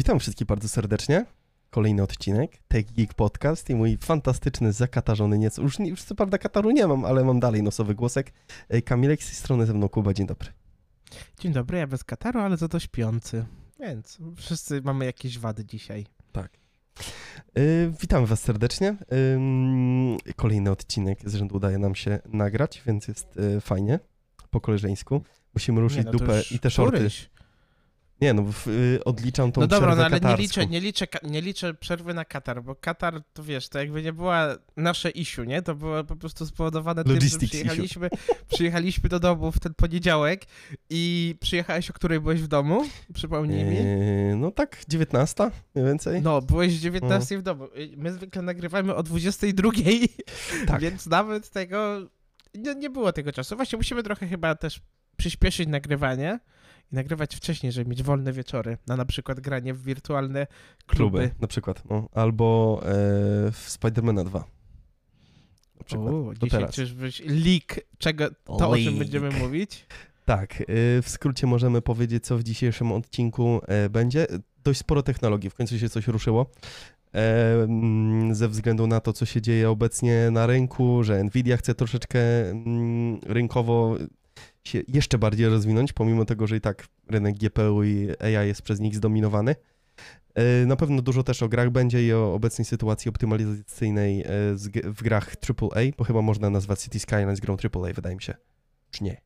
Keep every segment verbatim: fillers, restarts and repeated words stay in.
Witam wszystkich bardzo serdecznie. Kolejny odcinek, Tech Geek Podcast i mój fantastyczny, zakatarzony nieco, już, już co prawda kataru nie mam, ale mam dalej nosowy głosek. Kamilek, z tej strony ze mną Kuba, dzień dobry. Dzień dobry, ja bez kataru, ale za to śpiący, więc wszyscy mamy jakieś wady dzisiaj. Tak. Yy, witamy was serdecznie. Yy, kolejny odcinek z rzędu udaje nam się nagrać, więc jest yy, fajnie, po koleżeńsku. Musimy ruszyć no dupę i te shorty. Któryś. Nie, no w, y, odliczam tą No dobra, no ale katarską. nie liczę, nie, liczę, nie liczę przerwy na Katar, bo Katar, to wiesz, to jakby nie była nasze issue, nie? To było po prostu spowodowane tym, że przyjechaliśmy, przyjechaliśmy do domu w ten poniedziałek i przyjechałeś, o której byłeś w domu? Przypomnij mi. Yy, no tak, dziewiętnasta mniej więcej. No, byłeś dziewiętnastej w domu. My zwykle nagrywamy o dwudziestej drugiej, tak. Więc nawet tego, nie, nie było tego czasu. Właśnie musimy trochę chyba też przyspieszyć nagrywanie i nagrywać wcześniej, żeby mieć wolne wieczory, na na przykład granie w wirtualne kluby. kluby na przykład, no. Albo e, w Spidermana dwa. Na przykład. U, dzisiaj czyżbyś leak, czego, to leak. O czym będziemy mówić? Tak, e, w skrócie możemy powiedzieć, co w dzisiejszym odcinku e, będzie. Dość sporo technologii, w końcu się coś ruszyło. E, m, ze względu na to, co się dzieje obecnie na rynku, że Nvidia chce troszeczkę m, rynkowo się jeszcze bardziej rozwinąć, pomimo tego, że i tak rynek G P U i A I jest przez nich zdominowany. Na pewno dużo też o grach będzie i o obecnej sytuacji optymalizacyjnej w grach triple A, bo chyba można nazwać City Skylines grą triple A, wydaje mi się. Czy nie?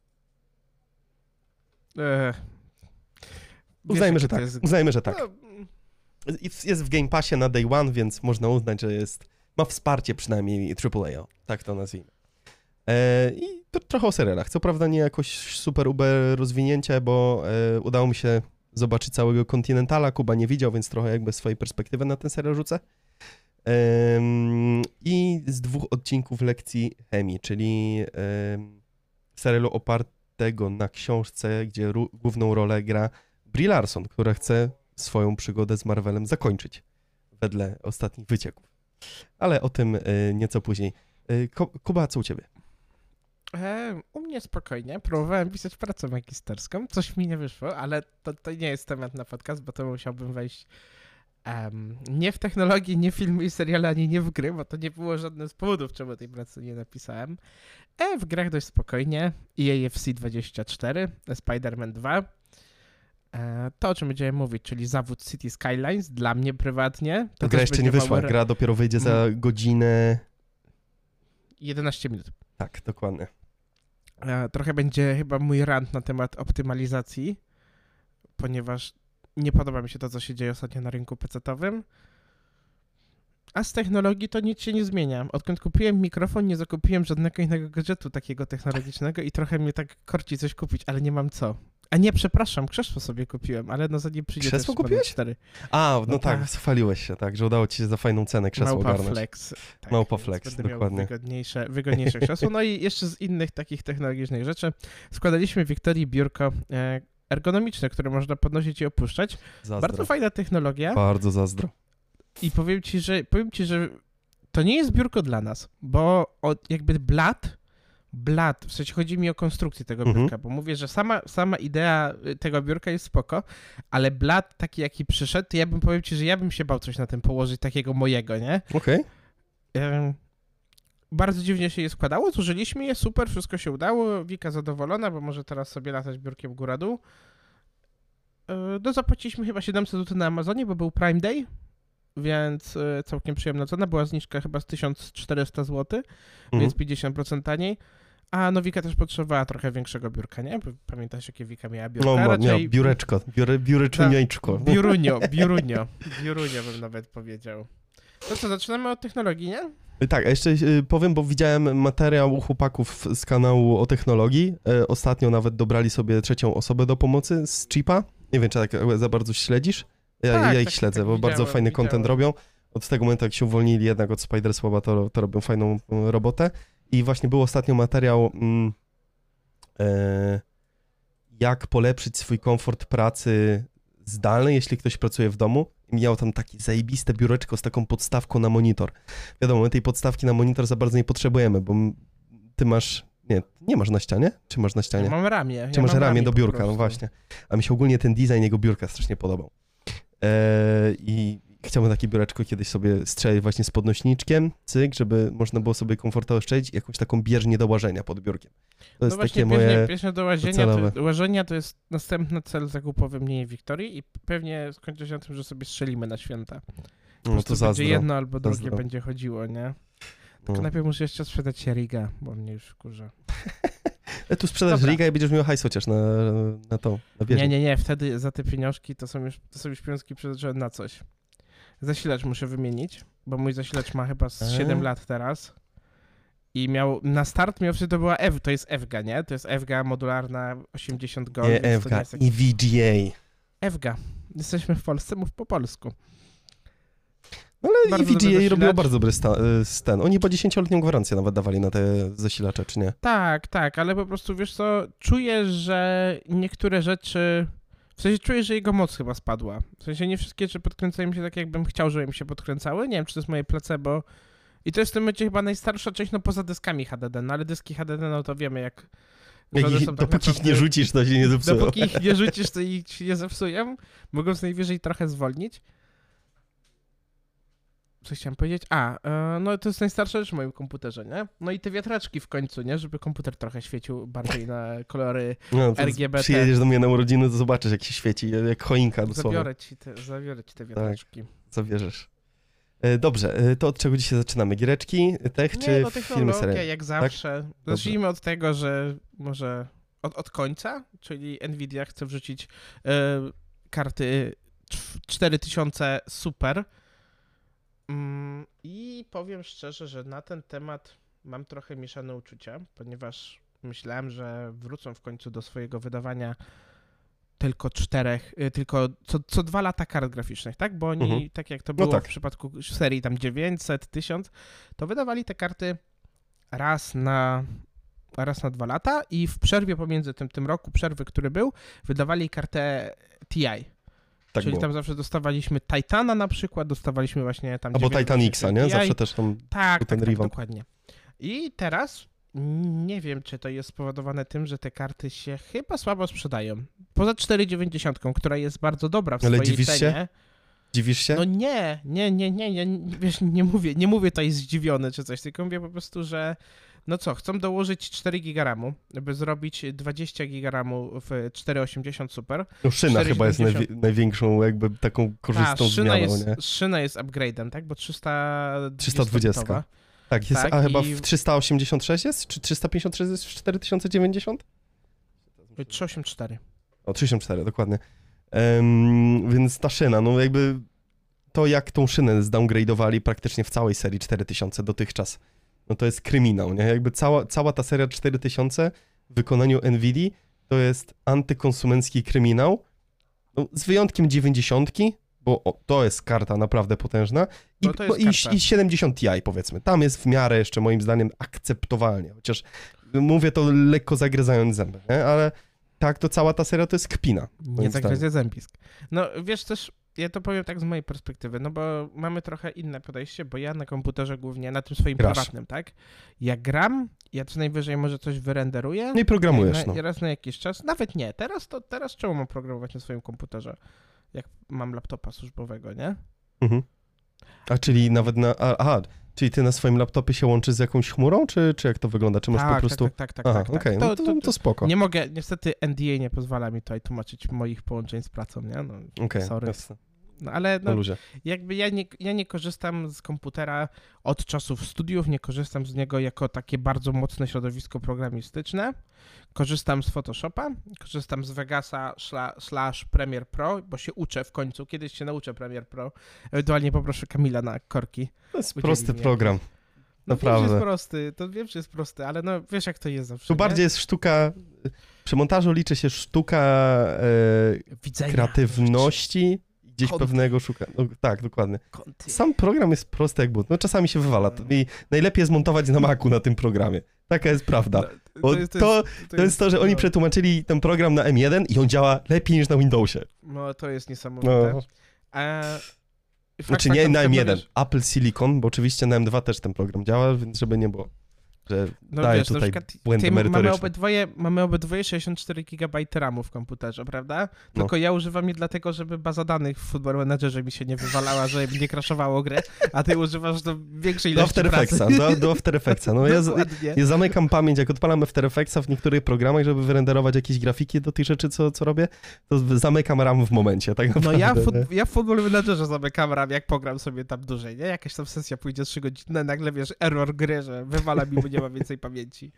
Eee, uznajmy, że tak. Jest... Uznajmy, że tak. Jest w Game Passie na Day One, więc można uznać, że jest, ma wsparcie przynajmniej triple A, tak to nazwijmy. I to trochę o serialach. Co prawda nie jakoś super uber rozwinięcie, bo e, udało mi się zobaczyć całego Continentala. Kuba nie widział, więc trochę jakby swojej perspektywy na ten serial rzucę. E, I z dwóch odcinków lekcji chemii, czyli e, serialu opartego na książce, gdzie ru, główną rolę gra Brie Larson, która chce swoją przygodę z Marvelem zakończyć wedle ostatnich wycieków. Ale o tym e, nieco później. E, Kuba, co u ciebie? E, u mnie spokojnie. Próbowałem pisać pracę magisterską. Coś mi nie wyszło, ale to, to nie jest temat na podcast, bo to musiałbym wejść um, nie w technologii, nie w filmy i seriale, ani nie w gry, bo to nie było żadnym z powodów, czemu tej pracy nie napisałem. E, w grach dość spokojnie. E A F C dwadzieścia cztery, Spider-Man dwa. E, to, o czym będziemy mówić, czyli zawód City Skylines, dla mnie prywatnie. To gra jeszcze nie wyszła. Mały... Gra dopiero wyjdzie za godzinę... jedenaście minut. Tak, dokładnie. Trochę będzie chyba mój rant na temat optymalizacji, ponieważ nie podoba mi się to, co się dzieje ostatnio na rynku pecetowym. A z technologii to nic się nie zmienia. Odkąd kupiłem mikrofon, nie zakupiłem żadnego innego gadżetu takiego technologicznego i trochę mnie tak korci coś kupić, ale nie mam co. A nie, przepraszam, krzesło sobie kupiłem, ale no zanim przyjdzie krzesło też kupiłeś? cztery. A, no, no tak, chwaliłeś się, tak, że udało ci się za fajną cenę krzesło Małpa ogarnąć. Flex. Tak, Małpa Flex, będę dokładnie. Miał wygodniejsze, wygodniejsze krzesło. No i jeszcze z innych takich technologicznych rzeczy składaliśmy Wiktorii biurko e, ergonomiczne, które można podnosić i opuszczać. Zazdro. Bardzo fajna technologia. Bardzo zazdro. I powiem ci, że powiem ci, że to nie jest biurko dla nas, bo od, jakby blat, blat, w sensie chodzi mi o konstrukcję tego biurka, mhm. bo mówię, że sama, sama idea tego biurka jest spoko, ale blat taki, jaki przyszedł, to ja bym powiem ci, że ja bym się bał coś na tym położyć, takiego mojego, nie? Okej. Okay. Bardzo dziwnie się je składało, zużyliśmy je, super, wszystko się udało, Wika zadowolona, bo może teraz sobie latać biurkiem góra-dół. No zapłaciliśmy chyba siedemset złotych na Amazonie, bo był Prime Day, więc całkiem przyjemna cena, była zniżka chyba z tysiąc czterysta złotych, mhm. więc pięćdziesiąt procent taniej. A no Wika też potrzebowała trochę większego biurka, nie? Pamiętasz, jakie Wika miała biurka? No, no Raczej... miała biureczko, biure, biureczuniajczko. Da, biurunio, biurunio, biurunio bym nawet powiedział. To co, zaczynamy od technologii, nie? Tak, a jeszcze powiem, bo widziałem materiał u chłopaków z kanału o technologii. Ostatnio nawet dobrali sobie trzecią osobę do pomocy z chipa. Nie wiem, czy tak za bardzo śledzisz? Ja, tak, ja ich tak, śledzę, tak, bo widziałem, bardzo fajny widziałem. content robią. Od tego momentu, jak się uwolnili jednak od Spider-Słowa, to, to robią fajną robotę. I właśnie był ostatnio materiał, mm, e, jak polepszyć swój komfort pracy zdalnej, jeśli ktoś pracuje w domu. I miał tam takie zajebiste biureczko z taką podstawką na monitor. Wiadomo, my tej podstawki na monitor za bardzo nie potrzebujemy, bo ty masz... Nie, nie masz na ścianie? Czy masz na ścianie? Ja mam ramię. Czy ja masz mam ramię do po biurka, prostu. no właśnie. A mi się ogólnie ten design jego biurka strasznie podobał. e, i chciałbym takie biureczko kiedyś sobie strzelić właśnie z podnośniczkiem, cyk, żeby można było sobie komfortowo strzelić i jakąś taką bieżnię do łażenia pod biurkiem. To jest no właśnie, takie moje bieżnia do łażenia to, łażenia to jest następny cel zakupowy mnie i Wiktorii i pewnie skończy się na tym, że sobie strzelimy na święta. Po no to będzie jedno albo drugie zazdro. Będzie chodziło, nie? Tylko no. Najpierw muszę jeszcze sprzedać Riga, bo mnie już wkurza. Ale tu sprzedasz Riga i będziesz miał hajs chociaż na, na tą, na bieżnię. Nie, nie, nie, wtedy za te pieniążki to są już, to są już pieniążki przeznaczone na coś. Zasilacz muszę wymienić, bo mój zasilacz ma chyba z siedem lat teraz. I miał, na start miał, to była F, to jest F G A, nie? To jest F G A modularna osiemdziesiąt gold. Nie, F G A, taki... E V G A. F G A. Jesteśmy w Polsce, mów po polsku. No ale E V G A robiło bardzo dobry stan. Oni po dziesięcioletnią gwarancję nawet dawali na te zasilacze, czy nie? Tak, tak, ale po prostu, wiesz co, czuję, że niektóre rzeczy... W sensie czuję, że jego moc chyba spadła. W sensie nie wszystkie rzeczy podkręcają się tak, jakbym chciał, żeby mi się podkręcały. Nie wiem, czy to jest moje placebo. I to jest w tym momencie chyba najstarsza część, no poza dyskami H D D. No ale dyski H D D, no to wiemy jak... jak ich, tak dopóki naprawdę, ich nie rzucisz, to się nie zepsują. Dopóki ich nie rzucisz, to ich się nie zepsują. Mogą co najwyżej trochę zwolnić. Co chciałem powiedzieć? A, yy, no to jest najstarsza rzecz w moim komputerze, nie? No i te wiatraczki w końcu, nie? Żeby komputer trochę świecił bardziej na kolory no, R G B T. Przyjedziesz do mnie na urodziny, to zobaczysz, jak się świeci, jak choinka dosłownie. Zabiorę ci te, zabiorę ci te wiatraczki. Tak, zabierzesz. E, dobrze, e, to od czego dzisiaj zaczynamy? Giereczki, tech nie, czy no, filmy, seriale? Jak zawsze. Tak? Zacznijmy od tego, że może od, od końca, czyli Nvidia chce wrzucić e, karty cztery tysiące Super. I powiem szczerze, że na ten temat mam trochę mieszane uczucia, ponieważ myślałem, że wrócą w końcu do swojego wydawania tylko czterech, tylko co, co dwa lata kart graficznych, tak? Bo oni, mhm. tak jak to było no tak. w przypadku serii tam dziewięćset, tysiąc, to wydawali te karty raz na, raz na dwa lata i w przerwie pomiędzy tym, tym roku przerwy, który był, wydawali kartę T I. Tak Czyli było. Tam zawsze dostawaliśmy Titana na przykład, dostawaliśmy właśnie tam... Albo Titan Xa, nie? Zawsze też tam tak, ten tak, rewamp. Tak, dokładnie. I teraz nie wiem, czy to jest spowodowane tym, że te karty się chyba słabo sprzedają. Poza cztery dziewięćdziesiąt, która jest bardzo dobra w Ale swojej dziwisz cenie. Się? Dziwisz się? No nie, nie, nie, nie, nie, wiesz, nie mówię, nie mówię tutaj zdziwiony czy coś, tylko mówię po prostu, że no co, chcą dołożyć cztery giga ramu, by zrobić dwadzieścia giga ramu w cztery osiemdziesiąt Super. No szyna chyba jest najwi- największą jakby taką korzystną a, szyna zmianą, jest, nie? Szyna jest upgrade'em, tak? Bo trzysta dwadzieścia. Tak, jest, tak, a chyba w trzysta osiemdziesiąt sześć jest? Czy trzysta pięćdziesiąt sześć jest w cztery tysiące dziewięćdziesiąt? trzysta osiemdziesiąt cztery. O, trzysta osiemdziesiąt cztery, dokładnie. Um, więc ta szyna, no jakby to jak tą szynę zdowngrade'owali praktycznie w całej serii cztery tysiące dotychczas, no to jest kryminał, nie? Jakby cała, cała ta seria cztery tysiące w wykonaniu Nvidii to jest antykonsumencki kryminał, no, z wyjątkiem dziewięćdziesiątki, bo o, to jest karta naprawdę potężna, i, no bo, i, i siedemdziesiąt Ti powiedzmy. Tam jest w miarę jeszcze moim zdaniem akceptowalnie, chociaż mówię to lekko zagryzając zęby, nie? Ale tak, to cała ta seria to jest kpina. Nie zagryzie zębisk. No wiesz też, ja to powiem tak z mojej perspektywy, no bo mamy trochę inne podejście, bo ja na komputerze głównie, na tym swoim Grasz. prywatnym, tak? Ja gram, ja co najwyżej może coś wyrenderuję. No i programujesz, na, no. Raz na jakiś czas, nawet nie, teraz to, teraz czemu mam programować na swoim komputerze, jak mam laptopa służbowego, nie? Mhm. A czyli nawet na, aha, czyli ty na swoim laptopie się łączysz z jakąś chmurą, czy, czy jak to wygląda? Czy masz tak, po prostu... Tak, tak, tak, aha, tak. tak. okej, okay. no to, to, to spoko. Nie mogę, niestety N D A nie pozwala mi tutaj tłumaczyć moich połączeń z pracą, nie? No, okej, okay, sorry. Jasne. No ale no, jakby ja nie, ja nie korzystam z komputera od czasów studiów, nie korzystam z niego jako takie bardzo mocne środowisko programistyczne. Korzystam z Photoshopa, korzystam z Vegasa slash Premiere Pro, bo się uczę w końcu. Kiedyś się nauczę Premiere Pro. Ewentualnie poproszę Kamila na korki. To jest prosty mnie. program. No Naprawdę. Wiem, że jest prosty, to wiem, że jest prosty, ale no wiesz jak to jest zawsze. Tu bardziej jest sztuka, przy montażu liczy się sztuka e, kreatywności. Gdzieś Konty. pewnego szuka. No, tak, dokładnie. Konty. Sam program jest prosty jak but. No czasami się wywala. I najlepiej jest montować na Macu na tym programie. Taka jest prawda. Bo to, jest, to, to, jest, to, to jest to, że oni przetłumaczyli ten program na M jeden i on działa lepiej niż na Windowsie. No to jest niesamowite. No. A... Fakt, znaczy nie na M jeden, wiesz... Apple Silicon, bo oczywiście na M dwa też ten program działa, więc żeby nie było. że no daje wiesz, tutaj na przykład błędy mamy merytoryczne. obydwoje, mamy obydwoje sześćdziesiąt cztery gigabajty ramu w komputerze, prawda? Tylko no. ja używam je dlatego, żeby baza danych w Football Managerze mi się nie wywalała, żeby mi nie crashowało grę, a ty używasz do większej ilości do After Effectsa, do, do After Effectsa. No ja, ja zamykam pamięć, jak odpalam After Effectsa w niektórych programach, żeby wyrenderować jakieś grafiki do tych rzeczy, co, co robię, to zamykam RAM w momencie, tak naprawdę. No ja, fut, ja w Football Managerze zamykam RAM, jak pogram sobie tam dłużej, nie? Jakaś tam sesja pójdzie trzy godziny, nagle wiesz, error gry, że wywala mi, bo nie ma więcej pamięci.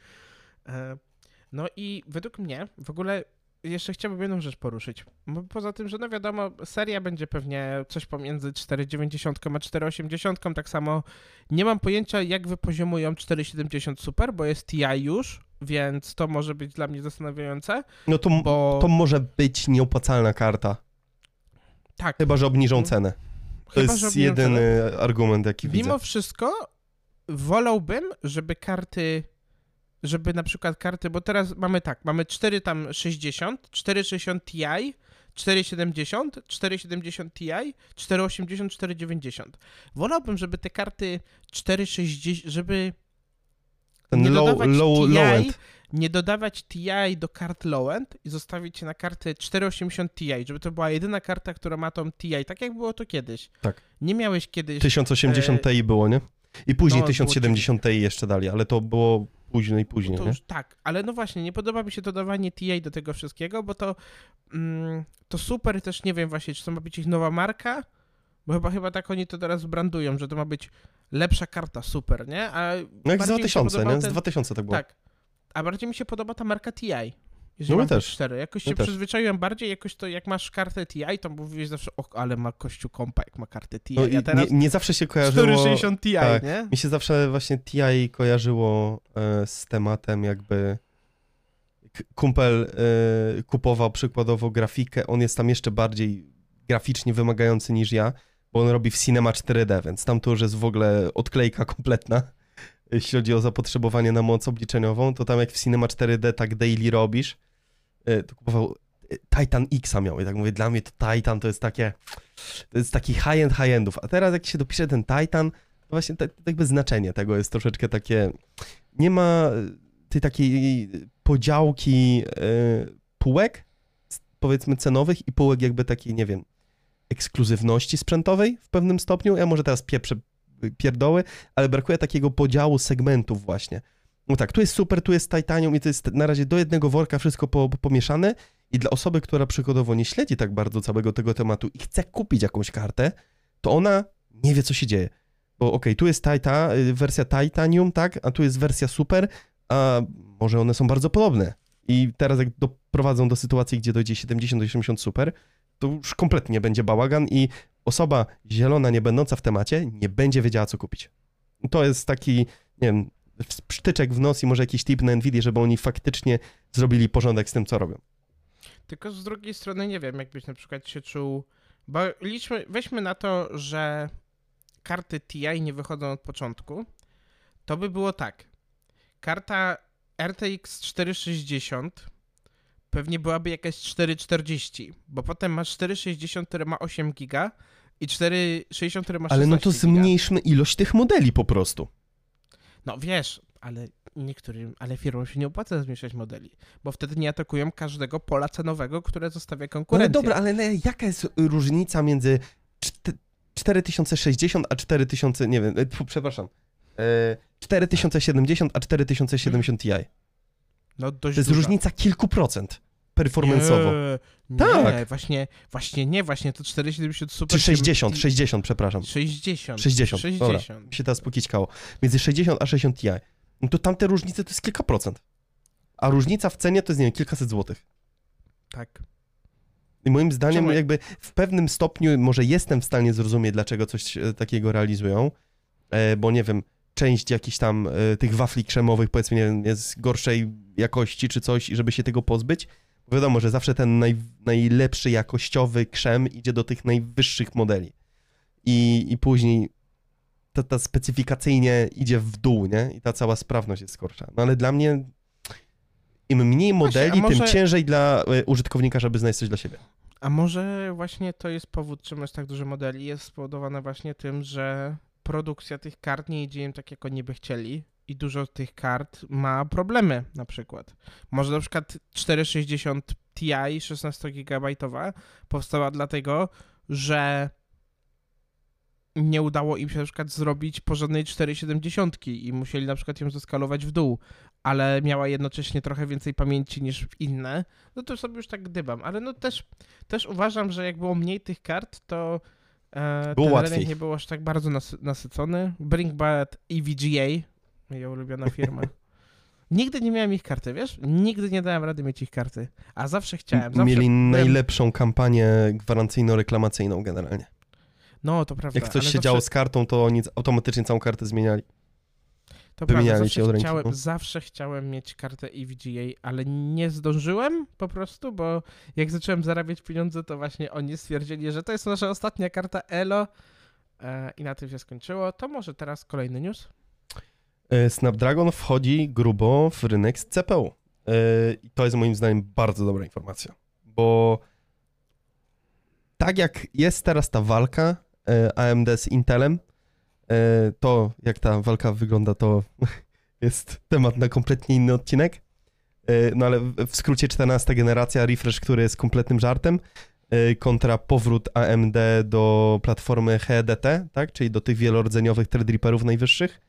No i według mnie w ogóle jeszcze chciałbym jedną rzecz poruszyć. Bo poza tym, że no wiadomo, seria będzie pewnie coś pomiędzy cztery dziewięćdziesiąt a cztery osiemdziesiąt, tak samo nie mam pojęcia, jak wypoziomują cztery siedemdziesiąt Super, bo jest T I już, więc to może być dla mnie zastanawiające. No to, bo... to może być nieopłacalna karta. Tak. Chyba, że obniżą cenę. To Chyba, jest jedyny cenę. argument, jaki Mimo widzę. Mimo wszystko wolałbym, żeby karty, żeby na przykład karty, bo teraz mamy tak, mamy cztery tam sześćdziesiąt, cztery sześćdziesiąt Ti, cztery siedemdziesiąt, cztery siedemdziesiąt Ti, cztery osiemdziesiąt, cztery dziewięćdziesiąt. Wolałbym, żeby te karty cztery sześćdziesiąt, żeby ten nie low, dodawać low, Ti, low end. nie dodawać Ti do kart low-end i zostawić je na karty cztery osiemdziesiąt Ti, żeby to była jedyna karta, która ma tą Ti, tak jak było to kiedyś. Tak. Nie miałeś kiedyś... tysiąc osiemdziesiąt Ti było, nie? I później no, tysiąc siedemdziesiąt Ti jeszcze dali, ale to było późno i później, to nie? Już, tak, ale no właśnie, nie podoba mi się dodawanie Ti do tego wszystkiego, bo to, mm, to super też nie wiem właśnie, czy to ma być ich nowa marka, bo chyba, chyba tak oni to teraz brandują, że to ma być lepsza karta super, nie? A no jak z dwa tysiące, nie? Z dwa tysiące tak było. Tak, a bardziej mi się podoba ta marka Ti. No my też. cztery. Jakoś my się też. przyzwyczaiłem bardziej, jakoś to jak masz kartę Ti, to mówiłeś zawsze, o, ale ma kościół kompa, jak ma kartę Ti. No ja teraz nie, nie zawsze się kojarzyło... cztery sześćdziesiąt Ti, tak, nie? Mi się zawsze właśnie Ti kojarzyło e, z tematem jakby... Kumpel e, kupował przykładowo grafikę, on jest tam jeszcze bardziej graficznie wymagający niż ja, bo on robi w Cinema cztery D, więc tam to już jest w ogóle odklejka kompletna. Jeśli chodzi o zapotrzebowanie na moc obliczeniową, to tam jak w Cinema cztery D tak daily robisz, to kupował Titan X-a miał i tak mówię, dla mnie to Titan to jest takie, to jest taki high-end high-endów, a teraz jak się dopisze ten Titan, to właśnie tak, jakby znaczenie tego jest troszeczkę takie, nie ma tej takiej podziałki y, półek, powiedzmy cenowych i półek jakby takiej, nie wiem, ekskluzywności sprzętowej w pewnym stopniu, ja może teraz pieprzę pierdoły, ale brakuje takiego podziału segmentów właśnie. No tak, tu jest super, tu jest Titanium i to jest na razie do jednego worka wszystko po, po, pomieszane i dla osoby, która przykładowo nie śledzi tak bardzo całego tego tematu i chce kupić jakąś kartę, to ona nie wie, co się dzieje. Bo okej, okay, tu jest Tita, wersja Titanium, tak, a tu jest wersja super, a może one są bardzo podobne. I teraz jak doprowadzą do sytuacji, gdzie dojdzie siedemdziesiąt do osiemdziesiąt super, to już kompletnie będzie bałagan i osoba zielona, nie będąca w temacie, nie będzie wiedziała, co kupić. To jest taki, nie wiem, sztyczek w nos i może jakiś tip na Nvidia, żeby oni faktycznie zrobili porządek z tym, co robią. Tylko z drugiej strony nie wiem, jakbyś na przykład się czuł, bo liczmy, weźmy na to, że karty Ti nie wychodzą od początku, to by było tak. Karta R T X cztery sześćdziesiąt pewnie byłaby jakaś cztery czterdzieści, bo potem masz cztery sześćdziesiąt, które ma osiem giga i cztery sześćdziesiąt, które ma szesnaście Ale no to giga. zmniejszmy ilość tych modeli po prostu. No wiesz, ale niektórym, ale firmom się nie opłaca zmniejszać modeli, bo wtedy nie atakują każdego pola cenowego, które zostawia konkurencja. No dobra, ale jaka jest różnica między cztery tysiące sześćdziesiąt a cztery tysiące, nie wiem, przepraszam, cztery tysiące siedemdziesiąt a cztery tysiące siedemdziesiąt Ti? No dość to jest duża. różnica kilku procent performance'owo. Nie, tak. nie, właśnie, właśnie nie, właśnie to cztery siedemdziesiąt super. Czy sześćdziesiąt, sześćdziesiąt, przepraszam. sześćdziesiąt. sześćdziesiąt, sześćdziesiąt. Dobra, mi się teraz pokićkało. Między sześćdziesiąt a sześćdziesiąt Ti. No to tamte różnice to jest kilka procent. A różnica w cenie to jest, nie wiem, kilkaset złotych. Tak. I moim zdaniem Czemu? jakby w pewnym stopniu może jestem w stanie zrozumieć, dlaczego coś takiego realizują, bo nie wiem, część jakichś tam tych wafli krzemowych, powiedzmy, nie wiem, jest gorszej jakości czy coś i żeby się tego pozbyć. Wiadomo, że zawsze ten naj, najlepszy jakościowy krzem idzie do tych najwyższych modeli. I, i później ta, ta specyfikacyjnie idzie w dół, nie? I ta cała sprawność jest gorsza. No ale dla mnie im mniej modeli, właśnie, może... tym ciężej dla użytkownika, żeby znaleźć coś dla siebie. A może właśnie to jest powód, czemu jest tak dużo modeli, jest spowodowane właśnie tym, że produkcja tych kart nie idzie im tak, jak oni by chcieli i dużo tych kart ma problemy na przykład. Może na przykład czterysta sześćdziesiąt Ti szesnastogigabajtowa powstała dlatego, że nie udało im się na przykład zrobić porządnej czterysta siedemdziesiąt i musieli na przykład ją zeskalować w dół, ale miała jednocześnie trochę więcej pamięci niż inne, no to sobie już tak gdybam, ale no też, też uważam, że jak było mniej tych kart, to e, było ten łatwiej. rynek nie był aż tak bardzo nasy- nasycony. Bring back E V G A, moja ulubiona firma. Nigdy nie miałem ich karty, wiesz? Nigdy nie dałem rady mieć ich karty, a zawsze chciałem. Zawsze Mieli byłem... najlepszą kampanię gwarancyjno-reklamacyjną generalnie. No, to prawda. Jak coś się zawsze... działo z kartą, to oni automatycznie całą kartę zmieniali. To Wymieniali prawda, cię zawsze od ręki. chciałem, No. zawsze chciałem mieć kartę E V G A, ale nie zdążyłem po prostu, bo jak zacząłem zarabiać pieniądze, to właśnie oni stwierdzili, że to jest nasza ostatnia karta Elo e, i na tym się skończyło. To może teraz kolejny news? Snapdragon wchodzi grubo w rynek z C P U. I to jest moim zdaniem bardzo dobra informacja, bo tak jak jest teraz ta walka A M D z Intelem, to jak ta walka wygląda, to jest temat na kompletnie inny odcinek. No ale w skrócie czternasta generacja, refresh, który jest kompletnym żartem, kontra powrót A M D do platformy H D T, tak? Czyli do tych wielordzeniowych Threadripperów najwyższych,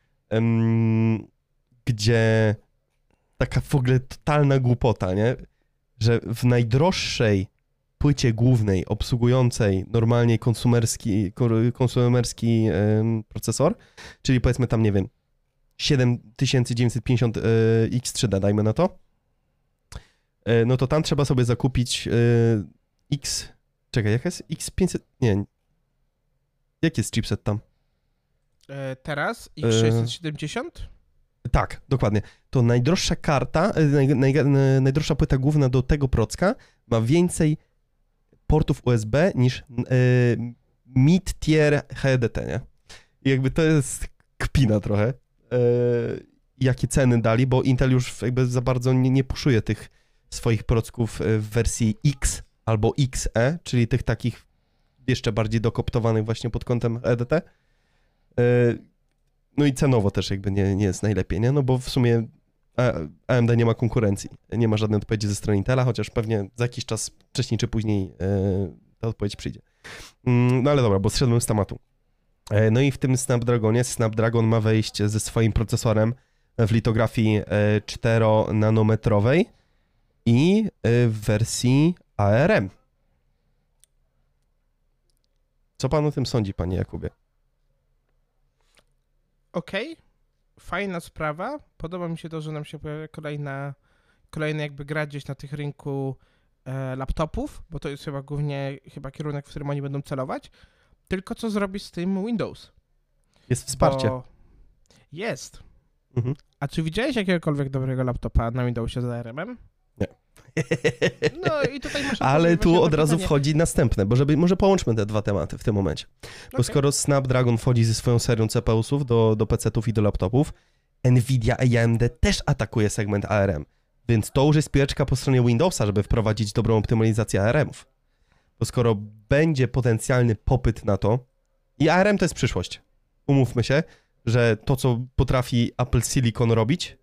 gdzie taka w ogóle totalna głupota, nie? Że w najdroższej płycie głównej obsługującej normalnie konsumerski, konsumerski um, procesor, czyli powiedzmy tam, nie wiem, siedem tysięcy dziewięćset pięćdziesiąt y, X trzy D, dajmy na to, y, no to tam trzeba sobie zakupić y, X, czekaj, jak jest? X pięćset, nie, jaki jest chipset tam? E, teraz X sześćset siedemdziesiąt? E, tak, dokładnie. To najdroższa karta, naj, naj, najdroższa płyta główna do tego procka ma więcej portów U S B niż y, mid-tier H D T, nie? I jakby to jest kpina trochę, y, jakie ceny dali, bo Intel już jakby za bardzo nie, nie puszuje tych swoich procków w wersji X albo X E, czyli tych takich jeszcze bardziej dokoptowanych właśnie pod kątem H D T. Y, no i cenowo też jakby nie, nie jest najlepiej, nie? No bo w sumie A M D nie ma konkurencji, nie ma żadnej odpowiedzi ze strony Intela, chociaż pewnie za jakiś czas wcześniej czy później yy, ta odpowiedź przyjdzie. Yy, no ale dobra, bo zszedłem z tematu. Yy, no i w tym Snapdragonie Snapdragon ma wejść ze swoim procesorem w litografii yy, czteronanometrowej i yy, w wersji A R M. Co pan o tym sądzi, panie Jakubie? Okej. Okay. Fajna sprawa. Podoba mi się to, że nam się pojawia kolejna, kolejna jakby gra gdzieś na tych rynku e, laptopów, bo to jest chyba głównie chyba kierunek, w którym oni będą celować. Tylko co zrobić z tym Windows? Jest wsparcie. Bo jest. Mhm. A czy widziałeś jakiegokolwiek dobrego laptopa na Windowsie z A R M-em? Nie. No i tutaj masz Ale tu od razu pytanie. wchodzi następne, bo żeby, może połączmy te dwa tematy w tym momencie. Bo Okay. skoro Snapdragon wchodzi ze swoją serią C P U-sów do, do P C-ów i do laptopów, Nvidia i A M D też atakuje segment A R M, więc to już jest piłeczka po stronie Windowsa, żeby wprowadzić dobrą optymalizację A R M-ów. Bo skoro będzie potencjalny popyt na to, i A R M to jest przyszłość, umówmy się, że to, co potrafi Apple Silicon robić,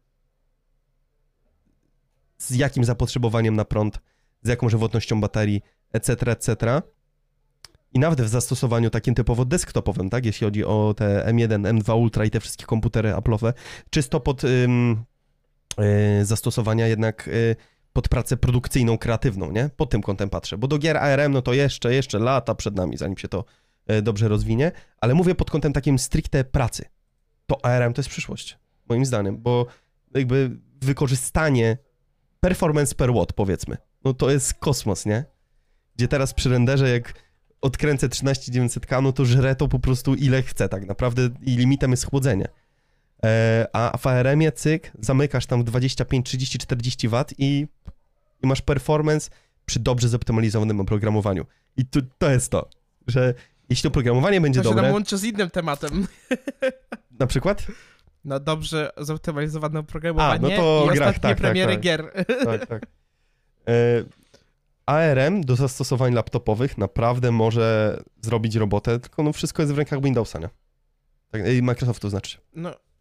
z jakim zapotrzebowaniem na prąd, z jaką żywotnością baterii, et cetera, et cetera. I nawet w zastosowaniu takim typowo desktopowym, tak, jeśli chodzi o te M jeden, M dwa Ultra i te wszystkie komputery Apple'owe, czysto pod ym, y, zastosowania jednak y, pod pracę produkcyjną, kreatywną, nie? Pod tym kątem patrzę, bo do gier A R M, no to jeszcze, jeszcze lata przed nami, zanim się to y, dobrze rozwinie, ale mówię pod kątem takim stricte pracy. To A R M to jest przyszłość, moim zdaniem, bo jakby wykorzystanie performance per watt, powiedzmy, no to jest kosmos, nie? Gdzie teraz przy renderze, jak odkręcę trzynaście tysięcy dziewięćset K, no to żre to po prostu ile chce tak naprawdę i limitem jest chłodzenie. E, a w A R M-ie, cyk, zamykasz tam w dwadzieścia pięć, trzydzieści, czterdzieści watów i, i masz performance przy dobrze zoptymalizowanym oprogramowaniu. I to, to jest to, że jeśli oprogramowanie będzie to dobre... To się nam łączy z innym tematem. Na przykład? No dobrze zoptymalizowane oprogramowanie A, no to i grach, ostatnie tak, premiery tak, tak. gier. Tak, tak. E, A R M do zastosowań laptopowych naprawdę może zrobić robotę, tylko no wszystko jest w rękach Windowsa, nie? Tak, i Microsoftu znaczy. No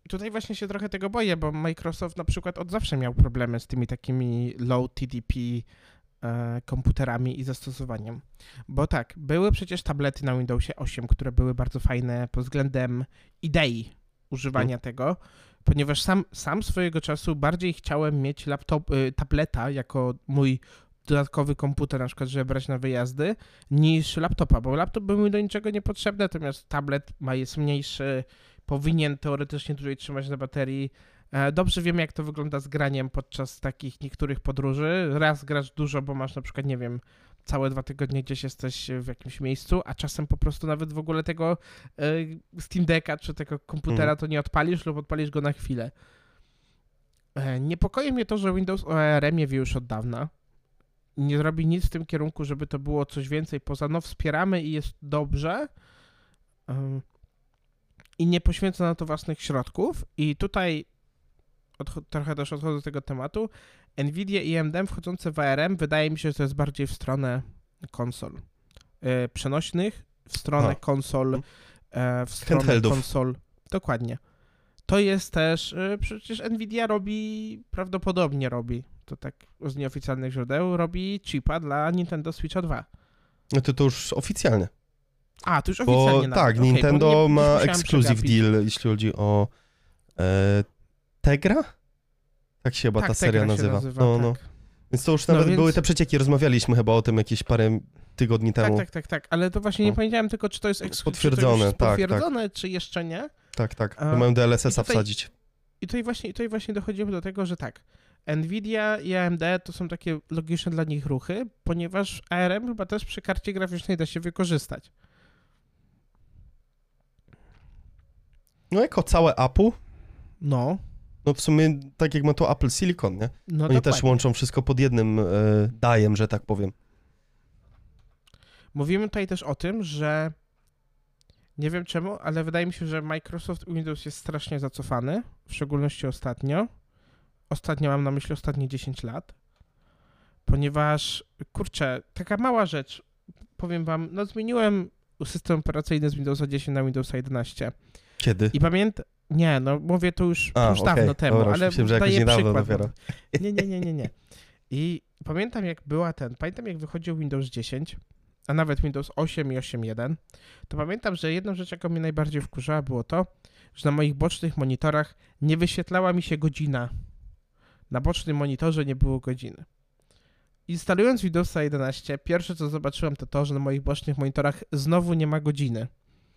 tutaj właśnie się trochę tego boję, bo Microsoft na przykład od zawsze miał problemy z tymi takimi low T D P e, komputerami i zastosowaniem. Bo tak, były przecież tablety na Windowsie osiem, które były bardzo fajne pod względem idei używania hmm. tego, ponieważ sam, sam swojego czasu bardziej chciałem mieć laptop, y, tableta jako mój dodatkowy komputer, na przykład, żeby brać na wyjazdy, niż laptopa, bo laptop był mi do niczego niepotrzebny, natomiast tablet ma, jest mniejszy, powinien teoretycznie dłużej trzymać na baterii. E, dobrze wiem, jak to wygląda z graniem podczas takich niektórych podróży. Raz grasz dużo, bo masz na przykład, nie wiem, całe dwa tygodnie gdzieś jesteś w jakimś miejscu, a czasem po prostu nawet w ogóle tego e, Steam Decka czy tego komputera to nie odpalisz lub odpalisz go na chwilę. E, niepokoi mnie to, że Windows O R M je wie już od dawna. Nie zrobi nic w tym kierunku, żeby to było coś więcej poza, no wspieramy i jest dobrze yy, i nie poświęca na to własnych środków. I tutaj od, trochę też odchodzę do tego tematu. Nvidia i A M D wchodzące w A R M wydaje mi się, że to jest bardziej w stronę konsol yy, przenośnych, w stronę A. konsol, yy, w stronę Handheldów. konsol. Dokładnie. To jest też, yy, przecież Nvidia robi, prawdopodobnie robi, to tak z nieoficjalnych źródeł, robi chipa dla Nintendo Switcha dwa. No to to już oficjalnie. A, to już oficjalnie. Bo, tak, okay, Nintendo nie, ma exclusive deal, jeśli chodzi o e, Tegra? Tak się chyba tak, ta seria nazywa. nazywa. No, tak. no. Więc to już nawet no więc... były te przecieki, rozmawialiśmy chyba o tym jakieś parę tygodni temu. Tak, tak, tak, tak, ale to właśnie nie no. powiedziałem tylko, czy to jest ekskluzyw, potwierdzone, czy, tak, potwierdzone tak. czy jeszcze nie. Tak, tak, A, mają D L S S-a tutaj, wsadzić. I tutaj właśnie, tutaj właśnie dochodzimy do tego, że tak, Nvidia i A M D to są takie logiczne dla nich ruchy, ponieważ A R M chyba też przy karcie graficznej da się wykorzystać. No jako całe Apple. No. No w sumie tak jak ma to Apple Silicon, nie? No Oni dokładnie. też łączą wszystko pod jednym e, dajem, że tak powiem. Mówimy tutaj też o tym, że nie wiem czemu, ale wydaje mi się, że Microsoft Windows jest strasznie zacofany, w szczególności ostatnio. Ostatnio mam na myśli ostatnie dziesięć lat, ponieważ, kurczę, taka mała rzecz, powiem wam, no zmieniłem system operacyjny z Windowsa dziesięć na Windowsa jedenaście. Kiedy? I pamiętam, nie, no mówię to już, A, już okay. dawno temu, Dobra, ale myślałem, że daję niedawno przykład. Dopiero. Nie, nie, nie, nie, nie. I pamiętam jak była ten, pamiętam jak wychodził Windows dziesięć, a nawet Windows osiem i osiem jeden, to pamiętam, że jedną rzecz, jaką mnie najbardziej wkurzała, było to, że na moich bocznych monitorach nie wyświetlała mi się godzina. Na bocznym monitorze nie było godziny. Instalując Windowsa jedenaście, pierwsze co zobaczyłem to to, że na moich bocznych monitorach znowu nie ma godziny.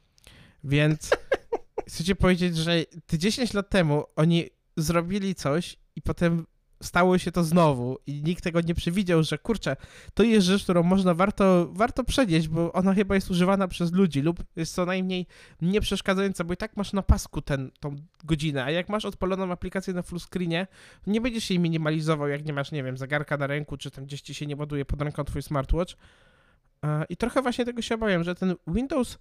Więc chcecie powiedzieć, że te dziesięć lat temu oni zrobili coś i potem stało się to znowu i nikt tego nie przewidział, że kurczę, to jest rzecz, którą można warto, warto przenieść, bo ona chyba jest używana przez ludzi lub jest co najmniej nie przeszkadzająca, bo i tak masz na pasku ten, tą godzinę, a jak masz odpaloną aplikację na full screenie, nie będziesz jej minimalizował, jak nie masz, nie wiem, zegarka na ręku, czy tam gdzieś ci się nie ładuje pod ręką twój smartwatch. I trochę właśnie tego się obawiam, że ten Windows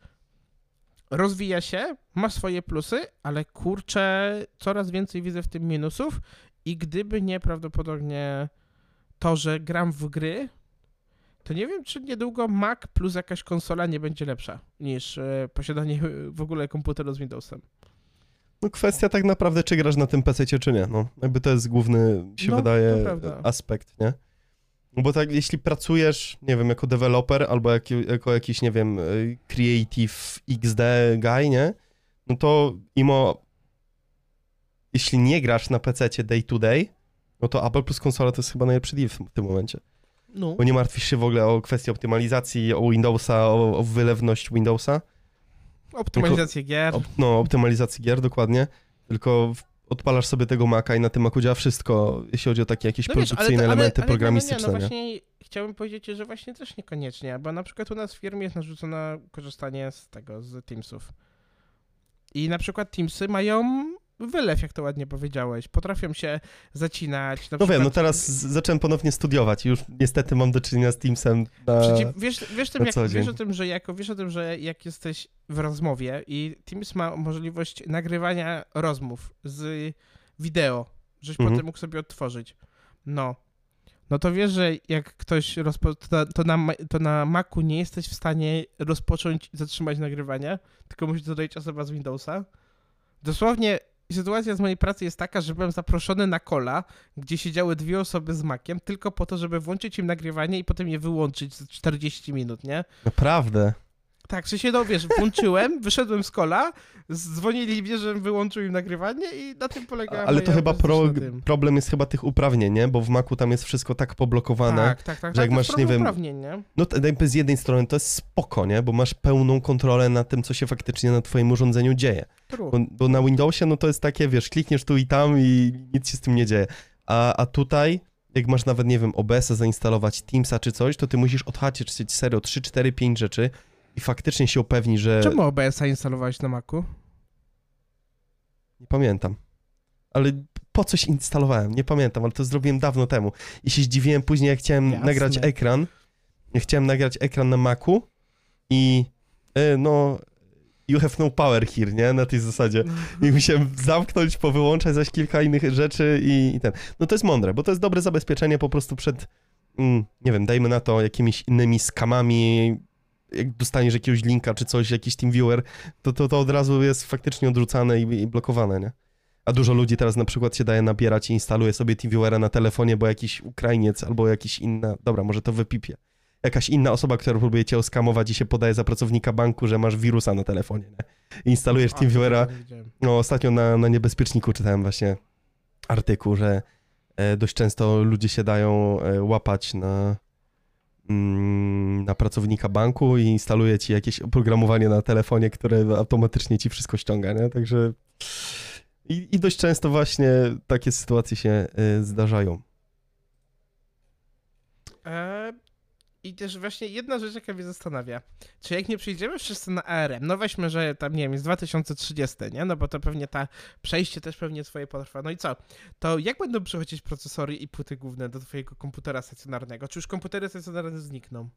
rozwija się, ma swoje plusy, ale kurczę, coraz więcej widzę w tym minusów. I gdyby nie prawdopodobnie to, że gram w gry, to nie wiem, czy niedługo Mac plus jakaś konsola nie będzie lepsza niż e, posiadanie w ogóle komputera z Windowsem. No kwestia tak naprawdę, czy grasz na tym pececie, czy nie. No, jakby to jest główny, się no, wydaje, aspekt, nie? No bo tak, jeśli pracujesz, nie wiem, jako deweloper albo jako, jako jakiś, nie wiem, creative X D guy, nie? No to imo... Jeśli nie grasz na pececie day to day, no to Apple plus konsola to jest chyba najlepszy deal w tym momencie. No. Bo nie martwisz się w ogóle o kwestię optymalizacji, o Windowsa, o, o wylewność Windowsa. Optymalizację gier. Op, no, optymalizacji gier, dokładnie. Tylko odpalasz sobie tego Maca i na tym Macu działa wszystko, jeśli chodzi o takie jakieś no produkcyjne wiesz, ale, elementy ale, ale, programistyczne. No, no, nie, no właśnie chciałbym powiedzieć, że właśnie też niekoniecznie, bo na przykład u nas w firmie jest narzucone korzystanie z tego, z Teamsów. I na przykład Teamsy mają wylew, jak to ładnie powiedziałeś. Potrafią się zacinać. Na no przykład... wiem, no teraz zacząłem ponownie studiować i już niestety mam do czynienia z Teamsem na Przecież, wiesz, wiesz, tym, jak, co dzień. wiesz, o tym, że jako, wiesz o tym, że jak jesteś w rozmowie i Teams ma możliwość nagrywania rozmów z wideo, żeś mhm. potem mógł sobie odtworzyć. No. No to wiesz, że jak ktoś rozpo... to, to, na, to na Macu nie jesteś w stanie rozpocząć i zatrzymać nagrywania, tylko musi dodać osoba z Windowsa. Dosłownie I sytuacja z mojej pracy jest taka, że byłem zaproszony na kola, gdzie siedziały dwie osoby z Maciem, tylko po to, żeby włączyć im nagrywanie i potem je wyłączyć za czterdzieści minut, nie? Naprawdę? Tak, w sensie, no wiesz, włączyłem, wyszedłem z kola, dzwonili mnie, żebym wyłączył im nagrywanie i na tym polega. Ale to chyba pro, problem jest chyba tych uprawnień, nie? Bo w Macu tam jest wszystko tak poblokowane, tak, tak, tak, że jak tak, masz, nie wiem, nie? no to z jednej strony to jest spoko, nie? Bo masz pełną kontrolę nad tym, co się faktycznie na twoim urządzeniu dzieje. Bo, bo na Windowsie, no to jest takie, wiesz, klikniesz tu i tam i nic się z tym nie dzieje. A, a tutaj, jak masz nawet, nie wiem, O B S a zainstalować, Teamsa czy coś, to ty musisz odhaczyć serio trzy, cztery, pięć rzeczy i faktycznie się upewni, że... Czemu O B S a instalowałeś na Macu? Nie pamiętam. Ale po coś instalowałem, nie pamiętam, ale to zrobiłem dawno temu. I się zdziwiłem później, jak chciałem Jasne. nagrać ekran. Ja chciałem nagrać ekran na Macu i y, no... You have no power here, nie? Na tej zasadzie. I musiałem zamknąć, powyłączać zaś kilka innych rzeczy i, i ten. No to jest mądre, bo to jest dobre zabezpieczenie po prostu przed, mm, nie wiem, dajmy na to jakimiś innymi skamami. Jak dostaniesz jakiegoś linka czy coś, jakiś TeamViewer, to, to, to od razu jest faktycznie odrzucane i, i blokowane, nie? A dużo ludzi teraz na przykład się daje nabierać i instaluje sobie TeamViewera na telefonie, bo jakiś Ukrainiec albo jakiś inna, dobra, może to wypipie. Jakaś inna osoba, która próbuje cię oskamować i się podaje za pracownika banku, że masz wirusa na telefonie, nie? I instalujesz TeamViewera. No ostatnio na, na Niebezpieczniku czytałem właśnie artykuł, że e, dość często ludzie się dają e, łapać na, mm, na pracownika banku i instaluje ci jakieś oprogramowanie na telefonie, które automatycznie ci wszystko ściąga, nie? Także i, i dość często właśnie takie sytuacje się e, zdarzają. E I też właśnie jedna rzecz, jaka mnie zastanawia. Czy jak nie przyjdziemy wszyscy na A R M, no weźmy, że tam, nie wiem, jest dwa tysiące trzydziesty, nie? No bo to pewnie ta przejście też pewnie swoje potrwa. No i co? To jak będą przechodzić procesory i płyty główne do twojego komputera stacjonarnego? Czy już komputery stacjonarne znikną?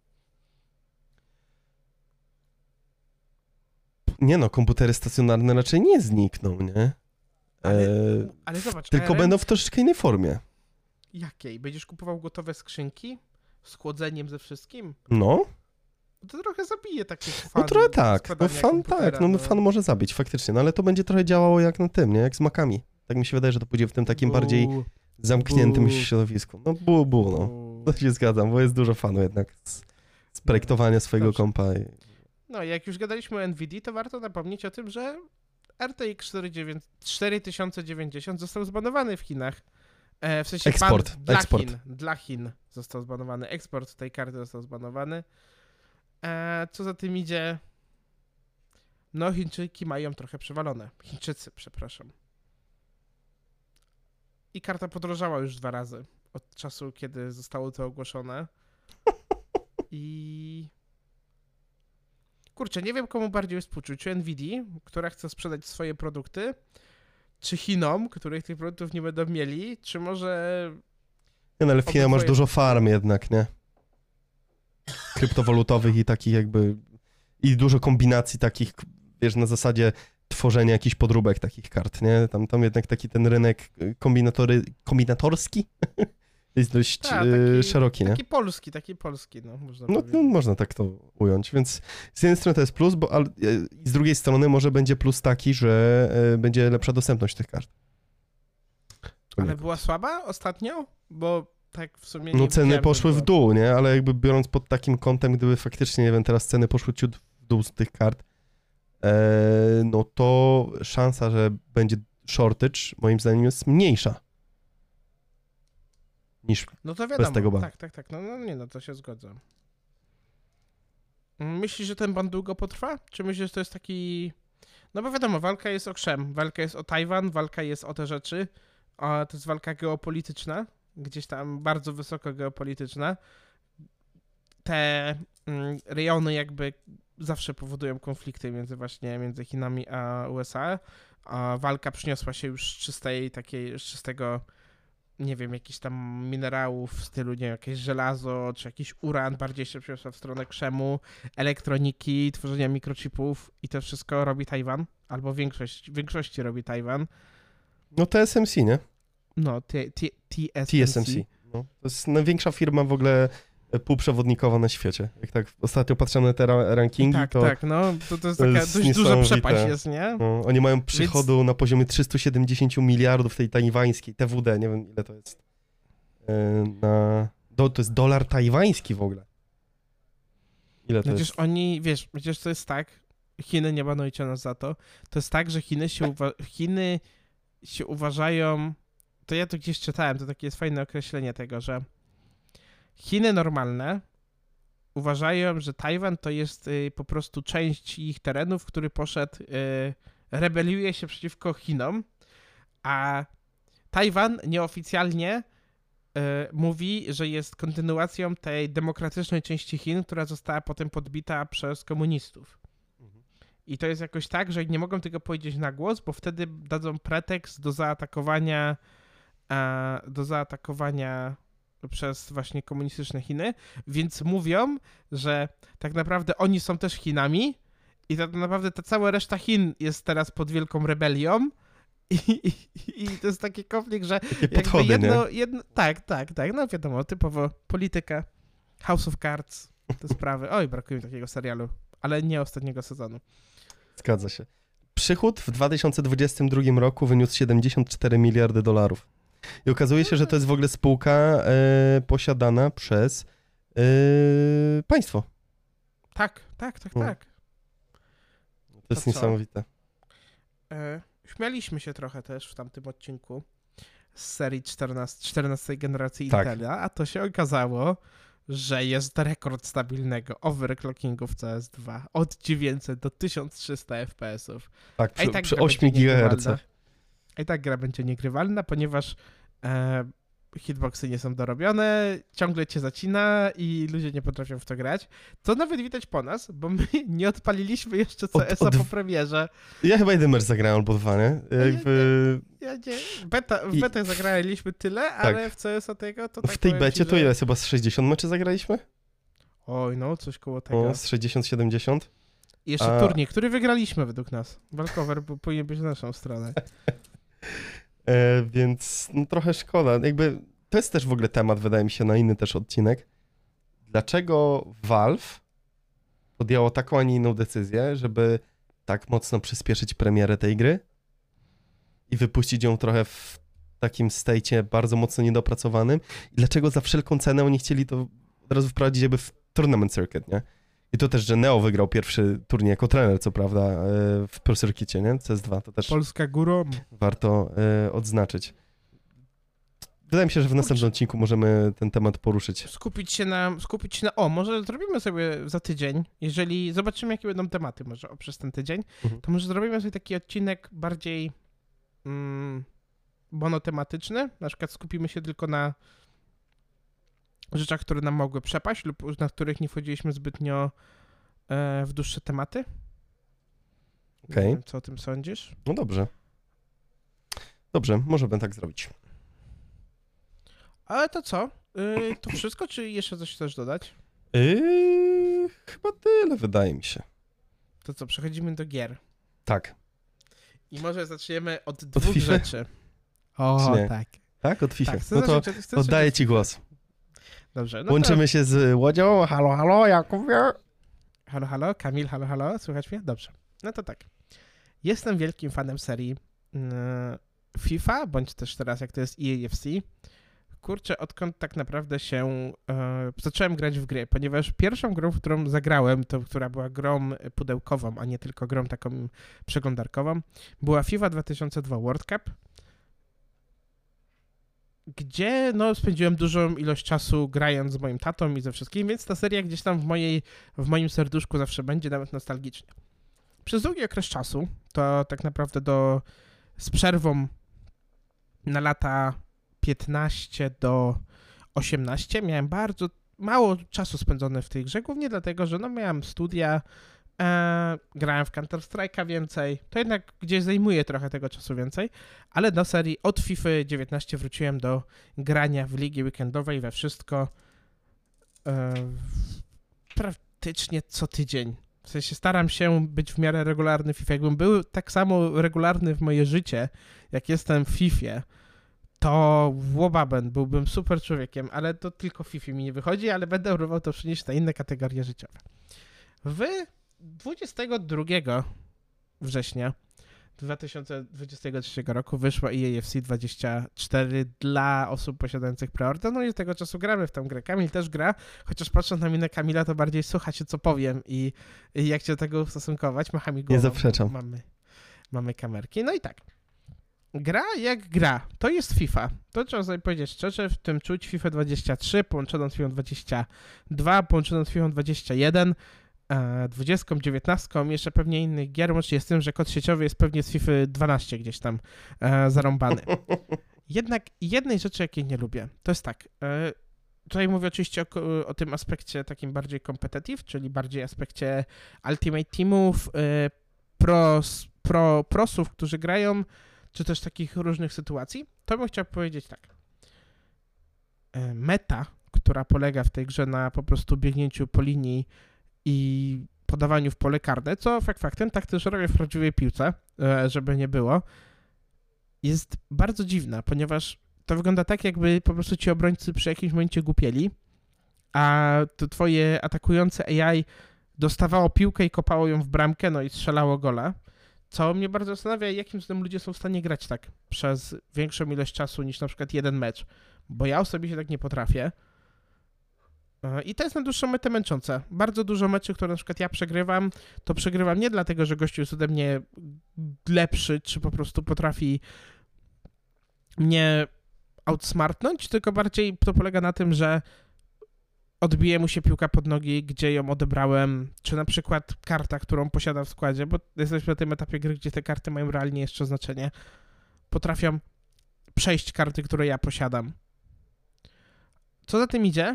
Nie no, komputery stacjonarne raczej nie znikną, nie? Ale, e... ale zobacz, Tylko A R M... będą w troszeczkę innej formie. Jakiej? Będziesz kupował gotowe skrzynki? Z chłodzeniem ze wszystkim? No. To trochę zabije takich fan. No trochę tak, no fan tak, no, no fan może zabić faktycznie, no ale to będzie trochę działało jak na tym, nie? Jak z Macami. Tak mi się wydaje, że to pójdzie w tym takim bu, bardziej zamkniętym bu. środowisku. No bu, bu, no. To się zgadzam, bo jest dużo fanu jednak z, z projektowania swojego Dobrze. kompa. I... No jak już gadaliśmy o Nvidia, to warto napomnieć o tym, że R T X cztery tysiące dziewięćdziesiąt został zbanowany w Chinach. E, w sensie eksport, pan dla eksport. Chin, dla Chin został zbanowany. Eksport tej karty został zbanowany. E, co za tym idzie? No Chińczyki mają trochę przewalone. Chińczycy, przepraszam. I karta podrożała już dwa razy od czasu, kiedy zostało to ogłoszone. I... Kurczę, nie wiem komu bardziej współczuć. Czy Nvidia, która chce sprzedać swoje produkty, czy Chinom, których tych produktów nie będą mieli, czy może... Nie no, ale w Chinach masz dużo farm jednak, nie? Kryptowalutowych i takich jakby... I dużo kombinacji takich, wiesz, na zasadzie tworzenia jakichś podróbek takich kart, nie? Tam, tam jednak taki ten rynek kombinatory, kombinatorski jest dość Ta, taki, yy, szeroki, nie? Taki polski, taki polski, no, można no, no, można tak to ująć, więc z jednej strony to jest plus, bo ale, z drugiej strony może będzie plus taki, że y, będzie lepsza dostępność tych kart. Ale była słaba ostatnio? Bo tak w sumie nie No ceny poszły w dół, nie? Ale jakby biorąc pod takim kątem, gdyby faktycznie, nie wiem, teraz ceny poszły ciut w dół z tych kart, e, no to szansa, że będzie shortage, moim zdaniem jest mniejsza. Niż no to wiadomo, bez tego bana. Tak, tak, tak. No, no nie, no to się zgodzę. Myślisz, że ten ban długo potrwa? Czy myślisz, że to jest taki... No bo wiadomo, walka jest o krzem, walka jest o Tajwan, walka jest o te rzeczy, a to jest walka geopolityczna, gdzieś tam bardzo wysoko geopolityczna. Te mm, rejony jakby zawsze powodują konflikty między właśnie między Chinami a U S A, a walka przyniosła się już z czystej takiej, z czystego, nie wiem, jakichś tam minerałów w stylu, nie wiem, jakieś żelazo, czy jakiś uran, bardziej się przeniosła w stronę krzemu, elektroniki, tworzenia mikrochipów i to wszystko robi Tajwan, albo większość, w większości robi Tajwan. No T S M C, nie? No, T S M C. T S M C. No, to jest największa firma w ogóle półprzewodnikowa na świecie. Jak tak ostatnio patrzyłem na te ra- rankingi, tak, to... Tak, tak, no to, to jest to taka jest dość duża przepaść jest, nie? No, oni mają przychodu Więc... na poziomie trzysta siedemdziesiąt miliardów tej tajwańskiej, T W D, nie wiem ile to jest. Yy, na... Do, to jest dolar tajwański w ogóle. Ile to Przecież jest? oni, wiesz, przecież to jest tak, Chiny, nie banujcie nas za to, to jest tak, że Chiny się, uwa- Chiny się uważają, to ja to gdzieś czytałem, to takie jest fajne określenie tego, że Chiny normalne uważają, że Tajwan to jest y, po prostu część ich terenów, który poszedł, y, rebeliuje się przeciwko Chinom, a Tajwan nieoficjalnie y, mówi, że jest kontynuacją tej demokratycznej części Chin, która została potem podbita przez komunistów. I to jest jakoś tak, że nie mogą tego powiedzieć na głos, bo wtedy dadzą pretekst do zaatakowania e, do zaatakowania przez właśnie komunistyczne Chiny, więc mówią, że tak naprawdę oni są też Chinami i tak naprawdę ta cała reszta Chin jest teraz pod wielką rebelią i, i, i to jest taki konflikt, że Takie podchody, jedno, nie? jedno, tak, tak, tak, no wiadomo, typowo polityka, House of Cards, te sprawy. Oj, brakuje mi takiego serialu, ale nie ostatniego sezonu. Zgadza się. Przychód w dwa tysiące dwudziestym drugim roku wyniósł siedemdziesiąt cztery miliardy dolarów. I okazuje się, że to jest w ogóle spółka e, posiadana przez e, państwo. Tak, tak, tak, No. tak. To jest co? niesamowite. E, śmialiśmy się trochę też w tamtym odcinku z serii czternastej generacji Tak. Intela, a to się okazało, że jest rekord stabilnego overclockingu w C S dwa od dziewięćset do tysiąc trzysta F P S-ów. Tak, przy, tak przy gra ośmiu będzie gigahercach. A i tak gra będzie niegrywalna, ponieważ e, hitboxy nie są dorobione, ciągle cię zacina i ludzie nie potrafią w to grać. To nawet widać po nas, bo my nie odpaliliśmy jeszcze C S-a Od- od- po premierze. Ja chyba jeden mecz zagrałem albo dwa, nie? Jakby... Ja nie, beta, w I- betę zagraliśmy tyle, ale w C S-a tego to tak W tej powiem becie ci, to że... ile? Chyba z sześćdziesiąt meczy zagraliśmy? Oj, no, coś koło tego. O, z sześćdziesiąt siedemdziesiąt. I jeszcze A- turniej, który wygraliśmy według nas. Walkover bo powinien być na naszą stronę. E, więc no, trochę szkoda. Jakby to jest też w ogóle temat, wydaje mi się, na inny też odcinek. Dlaczego Valve podjęło taką, a nie inną decyzję, żeby tak mocno przyspieszyć premierę tej gry i wypuścić ją trochę w takim stejcie bardzo mocno niedopracowanym? I dlaczego za wszelką cenę oni chcieli to od razu wprowadzić jakby w Tournament Circuit, nie? I to też, że Neo wygrał pierwszy turniej jako trener, co prawda, e, w Pro Circuicie, nie? C S dwa, to też Polska górą. warto e, odznaczyć. Wydaje mi się, że w następnym odcinku możemy ten temat poruszyć. Skupić się na, skupić się na, o, może zrobimy sobie za tydzień, jeżeli zobaczymy, jakie będą tematy może o, przez ten tydzień, Mhm. to może zrobimy sobie taki odcinek bardziej mm, monotematyczny, na przykład skupimy się tylko na rzeczach, które nam mogły przepaść lub na których nie wchodziliśmy zbytnio e, w dłuższe tematy. Okej. Nie wiem, co o tym sądzisz? No dobrze. Dobrze, możemy tak zrobić. Ale to co? Yy, to wszystko, czy jeszcze coś chcesz dodać? Yy, chyba tyle, wydaje mi się. To co, przechodzimy do gier. Tak. I może zaczniemy od dwóch FIFA? rzeczy. O, Czy nie? tak. Tak? Od FIFA. Tak, chcę No to zacząć od- chcę zacząć oddaję od ci FIFA. głos. Dobrze. No Łączymy się z Łodzią. Halo, halo, Jakubie. To... Halo, halo, Kamil, halo, halo, słychać mnie? Dobrze. No to tak. Jestem wielkim fanem serii yy, FIFA, bądź też teraz jak to jest E A F C. Kurczę, odkąd tak naprawdę się e, zacząłem grać w gry, ponieważ pierwszą grą, w którą zagrałem, to która była grą pudełkową, a nie tylko grą taką przeglądarkową, była FIFA dwa tysiące dwa World Cup, gdzie no, spędziłem dużą ilość czasu grając z moim tatą i ze wszystkim, więc ta seria gdzieś tam w, mojej, w moim serduszku zawsze będzie, nawet nostalgicznie. Przez długi okres czasu, to tak naprawdę do z przerwą na lata piętnaście do osiemnaście miałem bardzo mało czasu spędzone w tej grze, głównie dlatego, że no miałem studia, e, grałem w Counter-Strike'a więcej, to jednak gdzieś zajmuje trochę tego czasu więcej, ale do serii od FIFA dziewiętnaście wróciłem do grania w ligi weekendowej we wszystko e, praktycznie co tydzień. W sensie staram się być w miarę regularny w FIFA. Jakbym był tak samo regularny w moje życie, jak jestem w FIFA, to Łobaben, byłbym super człowiekiem, ale to tylko FIFA mi nie wychodzi, ale będę próbował to przenieść na inne kategorie życiowe. W dwudziestego drugiego września dwa tysiące dwudziestego trzeciego roku wyszła E A F C dwadzieścia cztery dla osób posiadających preorder, no i z tego czasu gramy w tę grę. Kamil też gra, chociaż patrząc na minę Kamila, to bardziej słucha się, co powiem i, i jak się do tego ustosunkować. Machami głową. Nie zaprzeczam. Mamy, mamy kamerki. No i tak. Gra jak gra. To jest FIFA. To trzeba sobie powiedzieć szczerze, w tym czuć FIFA dwadzieścia trzy połączoną z FIFA dwadzieścia dwa, połączoną z FIFA dwadzieścia jeden, dwudziestką, dziewiętnastką, jeszcze pewnie innych gier, łącznie z tym, że kod sieciowy jest pewnie z FIFA dwanaście gdzieś tam e, zarąbany. Jednak jednej rzeczy, jakiej nie lubię, to jest tak, e, tutaj mówię oczywiście o, o tym aspekcie takim bardziej competitive, czyli bardziej aspekcie Ultimate Teamów, e, pros, pro, prosów, którzy grają, czy też takich różnych sytuacji, to bym chciał powiedzieć tak. E, meta, która polega w tej grze na po prostu biegnięciu po linii i podawaniu w pole karne, co fakt faktem tak też robię w prawdziwej piłce, żeby nie było, jest bardzo dziwna, ponieważ to wygląda tak, jakby po prostu ci obrońcy przy jakimś momencie głupieli, a to twoje atakujące A I dostawało piłkę i kopało ją w bramkę, no i strzelało gola, co mnie bardzo zastanawia, jakim cudem ludzie są w stanie grać tak przez większą ilość czasu niż na przykład jeden mecz, bo ja osobiście tak nie potrafię. I to jest na dłuższą metę męczące. Bardzo dużo meczy, które na przykład ja przegrywam, to przegrywam nie dlatego, że gościu jest ode mnie lepszy, czy po prostu potrafi mnie outsmartnąć, tylko bardziej to polega na tym, że odbije mu się piłka pod nogi, gdzie ją odebrałem, czy na przykład karta, którą posiada w składzie, bo jesteśmy na tym etapie gry, gdzie te karty mają realnie jeszcze znaczenie. Potrafią przejść karty, które ja posiadam. Co za tym idzie?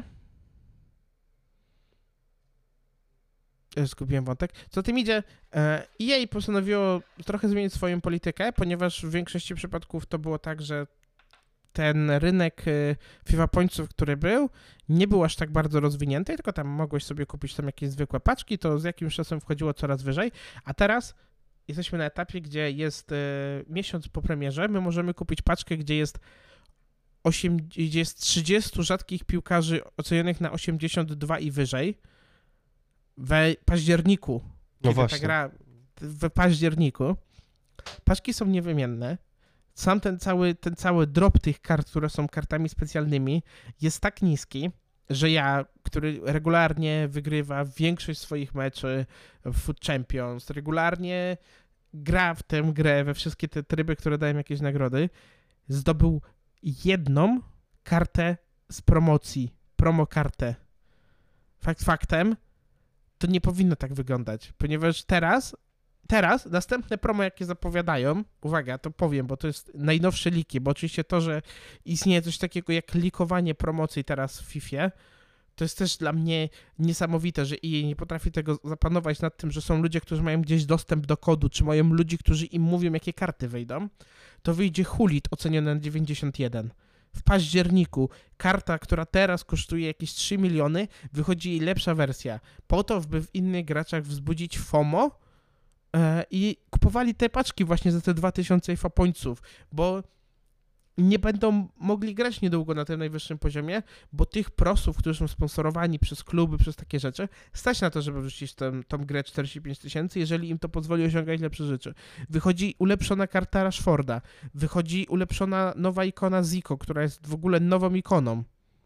Zgubiłem wątek. Co tym idzie, E A postanowiło trochę zmienić swoją politykę, ponieważ w większości przypadków to było tak, że ten rynek FIFA Pointsów, który był, nie był aż tak bardzo rozwinięty, tylko tam mogłeś sobie kupić tam jakieś zwykłe paczki, to z jakimś czasem wchodziło coraz wyżej, a teraz jesteśmy na etapie, gdzie jest miesiąc po premierze, my możemy kupić paczkę, gdzie jest osiem, gdzie jest trzydziestu rzadkich piłkarzy ocenionych na osiemdziesiąt dwa i wyżej, we październiku, no kiedy ta gra w październiku, paczki są niewymienne, sam ten cały, ten cały drop tych kart, które są kartami specjalnymi, jest tak niski, że ja, który regularnie wygrywa większość swoich meczy w Foot Champions, regularnie gra w tę grę, we wszystkie te tryby, które dają jakieś nagrody, zdobył jedną kartę z promocji, promokartę. Fakt faktem, to nie powinno tak wyglądać, ponieważ teraz, teraz następne promo, jakie zapowiadają, uwaga, to powiem, bo to jest najnowsze liki, bo oczywiście to, że istnieje coś takiego jak likowanie promocji teraz w Fifie, to jest też dla mnie niesamowite, że E A nie potrafi tego zapanować nad tym, że są ludzie, którzy mają gdzieś dostęp do kodu, czy mają ludzi, którzy im mówią, jakie karty wejdą, to wyjdzie Hulit oceniony na dziewięćdziesiąt jeden. W październiku karta, która teraz kosztuje jakieś trzy miliony, wychodzi jej lepsza wersja. Po to, by w innych graczach wzbudzić FOMO e, i kupowali te paczki właśnie za te dwa tysiące FIFA Pointsów, bo nie będą mogli grać niedługo na tym najwyższym poziomie, bo tych prosów, którzy są sponsorowani przez kluby, przez takie rzeczy, stać na to, żeby wrzucić tę, tą grę czterdzieści pięć tysięcy, jeżeli im to pozwoli osiągać lepsze rzeczy. Wychodzi ulepszona karta Rashforda, wychodzi ulepszona nowa ikona Zico, która jest w ogóle nową ikoną.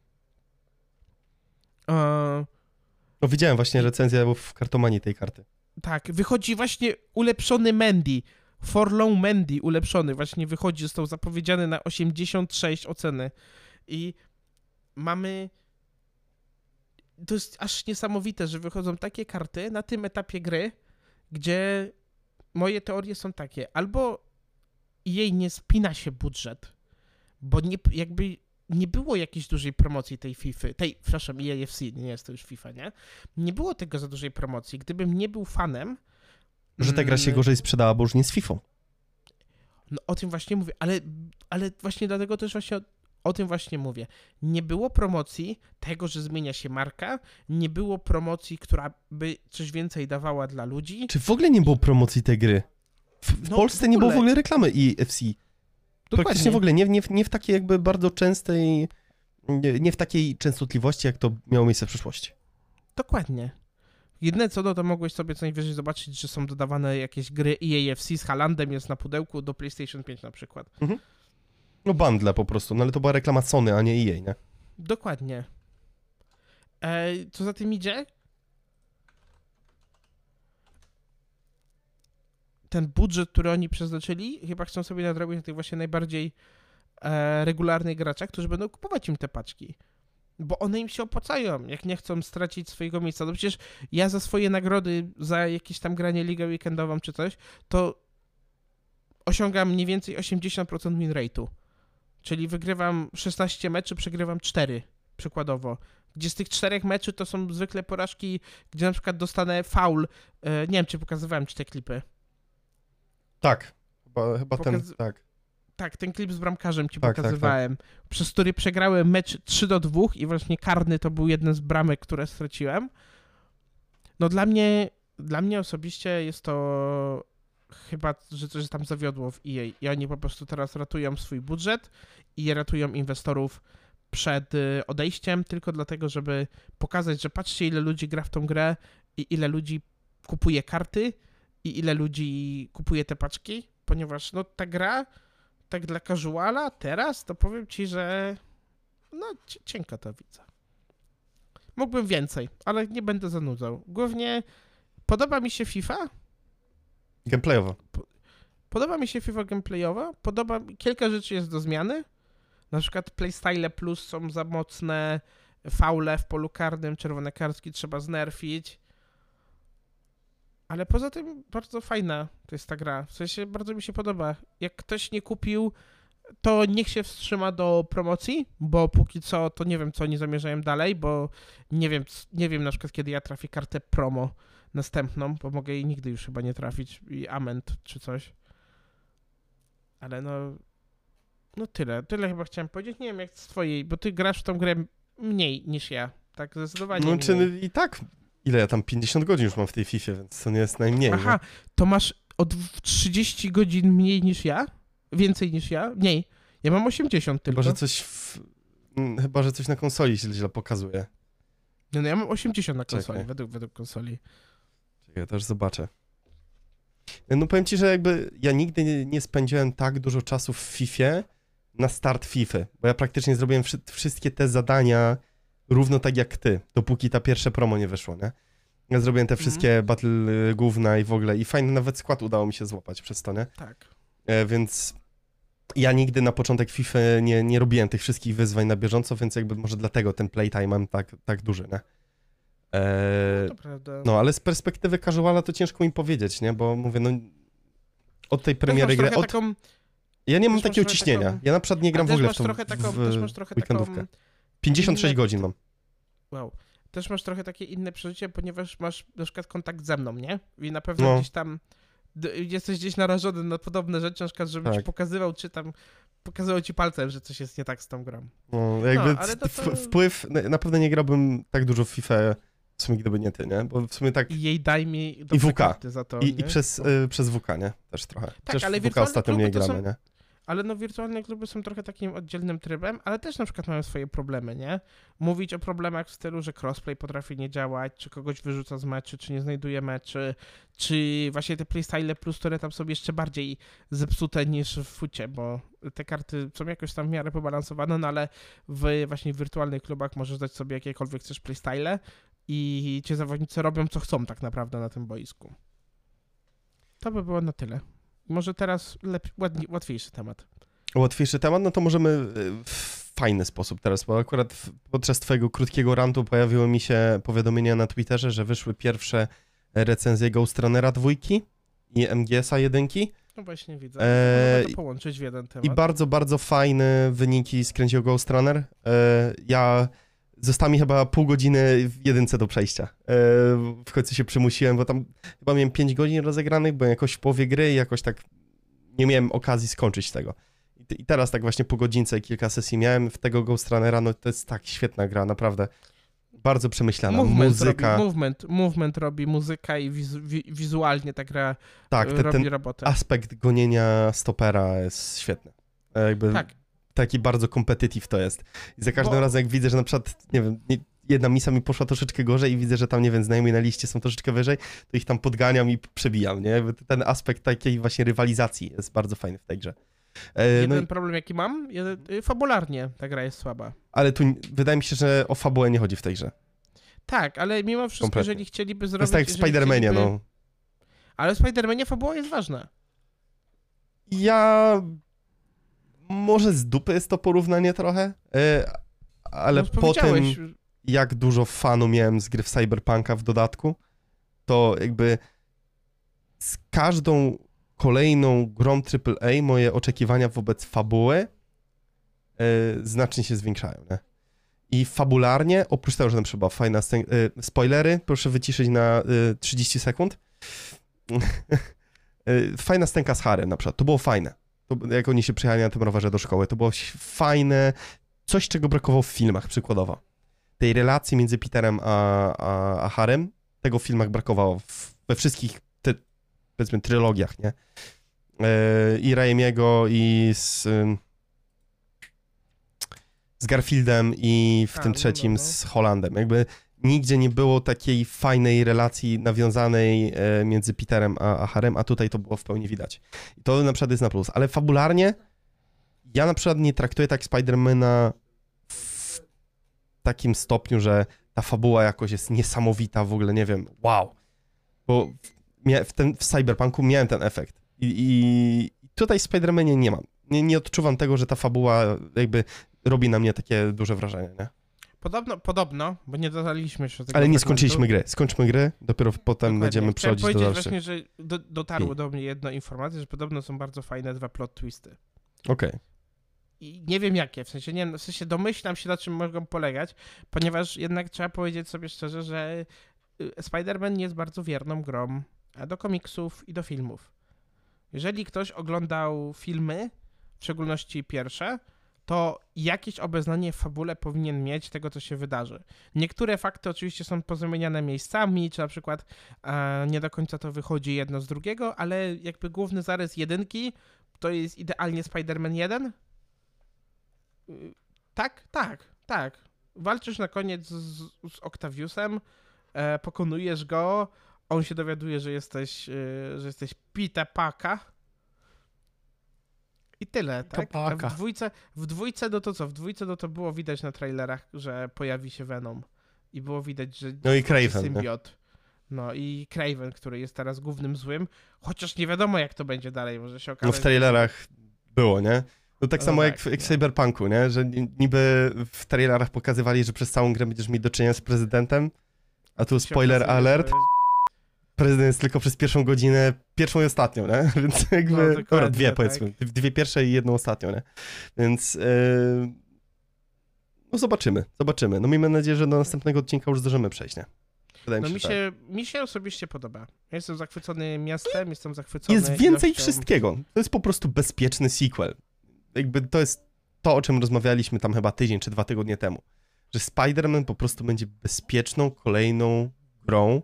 Uh... No widziałem właśnie recenzję w kartomanii tej karty. Tak, wychodzi właśnie ulepszony Mendy, Forlong Mendy ulepszony, właśnie wychodzi, został zapowiedziany na osiemdziesiąt sześć oceny i mamy, to jest aż niesamowite, że wychodzą takie karty na tym etapie gry, gdzie moje teorie są takie, albo jej nie spina się budżet, bo nie, jakby nie było jakiejś dużej promocji tej FIFA, tej, przepraszam, E A F C, nie jest to już FIFA, nie? Nie było tego za dużej promocji. Gdybym nie był fanem, że ta gra się gorzej sprzedała, bo już nie z Fifą. No o tym właśnie mówię, ale, ale właśnie dlatego też właśnie o, o tym właśnie mówię. Nie było promocji tego, że zmienia się marka, nie było promocji, która by coś więcej dawała dla ludzi. Czy w ogóle nie było promocji tej gry? W, w no, Polsce w nie było w ogóle reklamy E A F C. Dokładnie. Praktycznie w ogóle nie, nie, nie w takiej jakby bardzo częstej, nie, nie w takiej częstotliwości, jak to miało miejsce w przyszłości. Dokładnie. Jedyne co, no to mogłeś sobie co najwyżej zobaczyć, że są dodawane jakieś gry E A F C z Haalandem jest na pudełku do PlayStation pięć na przykład. Mhm. No bundle po prostu, no ale to była reklama Sony, a nie E A, nie? Dokładnie. E, co za tym idzie? Ten budżet, który oni przeznaczyli, chyba chcą sobie nadrobić na tych właśnie najbardziej e, regularnych graczach, którzy będą kupować im te paczki. Bo one im się opłacają, jak nie chcą stracić swojego miejsca. No przecież ja za swoje nagrody, za jakieś tam granie ligę weekendową czy coś, to osiągam mniej więcej osiemdziesiąt procent win rate'u. Czyli wygrywam szesnaście meczy, przegrywam cztery przykładowo. Gdzie z tych czterech meczy to są zwykle porażki, gdzie na przykład dostanę faul. E, nie wiem, czy pokazywałem ci te klipy. Tak, chyba, chyba Pokaz- ten, tak. Tak, ten klip z bramkarzem ci Tak, pokazywałem, tak, tak. Przez który przegrałem mecz trzy do dwóch i właśnie karny to był jeden z bramek, które straciłem. No dla mnie, dla mnie osobiście jest to chyba, że coś tam zawiodło w E A i oni po prostu teraz ratują swój budżet i ratują inwestorów przed odejściem tylko dlatego, żeby pokazać, że patrzcie ile ludzi gra w tą grę i ile ludzi kupuje karty i ile ludzi kupuje te paczki, ponieważ no ta gra tak dla casuala teraz, to powiem ci, że no cienko to widzę. Mógłbym więcej, ale nie będę zanudzał. Głównie podoba mi się FIFA. Gameplayowo. Podoba mi się FIFA gameplayowa. Podoba mi, kilka rzeczy jest do zmiany. Na przykład playstyle plus są za mocne, faule w polu karnym, czerwone kartki trzeba znerfić. Ale poza tym bardzo fajna to jest ta gra. W sensie bardzo mi się podoba. Jak ktoś nie kupił, to niech się wstrzyma do promocji, bo póki co to nie wiem, co oni zamierzają dalej, bo nie wiem, nie wiem na przykład, kiedy ja trafię kartę promo następną, bo mogę jej nigdy już chyba nie trafić, i Ament czy coś. Ale no, no tyle. Tyle chyba chciałem powiedzieć. Nie wiem, jak z twojej, bo ty grasz w tą grę mniej niż ja. Tak, zdecydowanie No, mniej. czy i tak, ile ja tam, pięćdziesiąt godzin już mam w tej Fifie, więc to nie jest najmniej. Aha, nie? to masz od trzydzieści godzin mniej niż ja? Więcej niż ja? Mniej. Ja mam osiemdziesiąt tylko. Chyba, że coś w... Chyba, że coś na konsoli się źle pokazuje. No, no ja mam osiemdziesiąt na konsoli, Czekaj. według, według konsoli. Czekaj, ja też zobaczę. No powiem ci, że jakby ja nigdy nie, nie spędziłem tak dużo czasu w Fifie na start Fify, bo ja praktycznie zrobiłem wszy wszystkie te zadania równo tak jak ty, dopóki ta pierwsze promo nie wyszło, nie? Ja zrobiłem te wszystkie mm. battle y, główne i w ogóle i fajny nawet skład udało mi się złapać przez to, nie? Tak. E, więc ja nigdy na początek FIFA nie, nie robiłem tych wszystkich wyzwań na bieżąco, więc jakby może dlatego ten playtime mam tak, tak duży, nie? E, no, to prawda. No, ale z perspektywy casuala to ciężko mi powiedzieć, nie? Bo mówię, no od tej premiery gry... Od... Taką... Ja nie mam takiego ciśnienia. Taką... Ja na przykład nie gram w ogóle w tą taką, w, też masz trochę weekendówkę. Taką... pięćdziesiąt sześć inne... godzin mam. Wow. Też masz trochę takie inne przeżycie, ponieważ masz na przykład kontakt ze mną, nie? I na pewno no. gdzieś tam jesteś gdzieś narażony na podobne rzeczy, na przykład, żebym tak. ci pokazywał, czy tam pokazywał ci palcem, że coś jest nie tak z tą grą. No, jakby no, ale to, to... wpływ, na pewno nie grałbym tak dużo w FIFA, w sumie gdyby nie ty, nie? Bo w sumie tak... I jej daj mi I W K. za to, I, i przez, y, przez W K, nie? Też trochę. Tak, Przecież ale w W K ostatnio nie gramy, są... nie? Ale no wirtualne kluby są trochę takim oddzielnym trybem, ale też na przykład mają swoje problemy, nie? Mówić o problemach w stylu, że crossplay potrafi nie działać, czy kogoś wyrzuca z meczy, czy nie znajduje meczy, czy właśnie te playstyle plus, które tam są jeszcze bardziej zepsute niż w fucie, bo te karty są jakoś tam w miarę pobalansowane, no ale w właśnie wirtualnych klubach możesz dać sobie jakiekolwiek chcesz playstyle i ci zawodnicy robią co chcą tak naprawdę na tym boisku. To by było na tyle. Może teraz lep- ładni- łatwiejszy temat. Łatwiejszy temat? No to możemy w fajny sposób teraz, bo akurat w, podczas twojego krótkiego rantu pojawiło mi się powiadomienia na Twitterze, że wyszły pierwsze recenzje Ghost Runnera dwójki i M G S a jedynki. No właśnie widzę. E... Można to połączyć w jeden temat. I bardzo, bardzo fajne wyniki skręcił Ghost Runner. E... Ja... Zostało mi chyba pół godziny w jedynce do przejścia. E... W końcu się przymusiłem, bo tam chyba miałem pięć godzin rozegranych, byłem jakoś w połowie gry i jakoś tak nie miałem okazji skończyć tego. I teraz tak właśnie po godzince i kilka sesji miałem w tego Ghost Runnera, no to jest tak świetna gra, naprawdę. Bardzo przemyślana, movement muzyka. Robi, movement, movement robi muzyka i wizu, wi, wizualnie ta gra tak, te, robi ten robotę. Aspekt gonienia stopera jest świetny. Jakby Tak. Taki bardzo competitive to jest. I za każdym Bo... razem, jak widzę, że na przykład, nie wiem, nie, jedna misja mi poszła troszeczkę gorzej i widzę, że tam, nie wiem, znajomi na liście są troszeczkę wyżej, to ich tam podganiam i przebijam, nie? Jakby ten aspekt takiej właśnie rywalizacji jest bardzo fajny w tej grze. E, Jeden no i... problem, jaki mam, fabularnie ta gra jest słaba. Ale tu wydaje mi się, że o fabułę nie chodzi w tej grze. Tak, ale mimo wszystko, Kompletnie. jeżeli chcieliby zrobić... To jest tak jak w Spider-Manie, chcieliby... no. Ale w Spider-Manie fabuła jest ważna. Ja... Może z dupy jest to porównanie trochę, ale no, po tym, jak dużo fanu miałem z gry w Cyberpunka w dodatku, to jakby z każdą kolejną grą triple A moje oczekiwania wobec fabuły znacznie się zwiększają, nie? I fabularnie, oprócz tego, że tam była fajna scena, spoilery, proszę wyciszyć na trzydzieści sekund. Fajna scenka z Harrym na przykład, to było fajne. To, jak oni się przyjechali na tym rowerze do szkoły, to było fajne, coś, czego brakowało w filmach, przykładowo. Tej relacji między Peterem a, a, a Harrym, tego w filmach brakowało w, we wszystkich, te, powiedzmy, trylogiach, nie? Yy, I Raimiego, i z, yy, z Garfieldem, i w a, tym trzecim no, no. z Hollandem. Jakby nigdzie nie było takiej fajnej relacji nawiązanej e, między Peterem a, a Harrym, a tutaj to było w pełni widać. I to na przykład jest na plus. Ale fabularnie ja na przykład nie traktuję tak Spidermana w takim stopniu, że ta fabuła jakoś jest niesamowita, w ogóle nie wiem, wow. Bo w, w, ten, w Cyberpunku miałem ten efekt. I, i tutaj w Spidermanie nie mam. Nie, nie odczuwam tego, że ta fabuła jakby robi na mnie takie duże wrażenie, nie? Podobno, podobno, bo nie dotarliśmy jeszcze do tego. Ale nie skończyliśmy gry. Skończmy gry, dopiero potem Dokładnie. będziemy Chciałem przechodzić do dalszych. właśnie, że do, dotarło I. do mnie jedna informacja, że podobno są bardzo fajne dwa plot twisty. Okej. Okay. I nie wiem jakie, w sensie nie, w sensie domyślam się, na czym mogą polegać, ponieważ jednak trzeba powiedzieć sobie szczerze, że Spider-Man jest bardzo wierną grą do komiksów i do filmów. Jeżeli ktoś oglądał filmy, w szczególności pierwsze, to jakieś obeznanie w fabule powinien mieć tego, co się wydarzy. Niektóre fakty oczywiście są pozamieniane miejscami, czy na przykład e, nie do końca to wychodzi jedno z drugiego, ale jakby główny zarys jedynki to jest idealnie Spider-Man jeden. Tak, tak, tak. Walczysz na koniec z, z Octaviusem, e, pokonujesz go, on się dowiaduje, że jesteś, e, że jesteś Peter Parker. I tyle, tak? A w dwójce, w dwójce, no to co? W dwójce no to było widać na trailerach, że pojawi się Venom. I było widać, że no i Kraven, symbiot. Nie? No i Kraven, który jest teraz głównym złym, chociaż nie wiadomo jak to będzie dalej, może się okazać. No w trailerach było, nie? No tak no samo tak, jak w, jak w Cyberpunku, nie? Że niby w trailerach pokazywali, że przez całą grę będziesz mieć do czynienia z prezydentem, a tu spoiler okazuje, alert. Jest... Prezydent jest tylko przez pierwszą godzinę, pierwszą i ostatnią, nie? Więc jakby, no, dobra, dwie tak. powiedzmy, dwie pierwsze i jedną ostatnią, nie? Więc yy... no zobaczymy, zobaczymy. No miejmy nadzieję, że do następnego odcinka już zdążymy przejść, nie? Wydaje no mi się, mi się, tak. mi się osobiście podoba. Ja jestem zachwycony miastem, jestem zachwycony Jest więcej ilością... wszystkiego. To jest po prostu bezpieczny sequel. Jakby to jest to, o czym rozmawialiśmy tam chyba tydzień czy dwa tygodnie temu. Że Spider-Man po prostu będzie bezpieczną, kolejną grą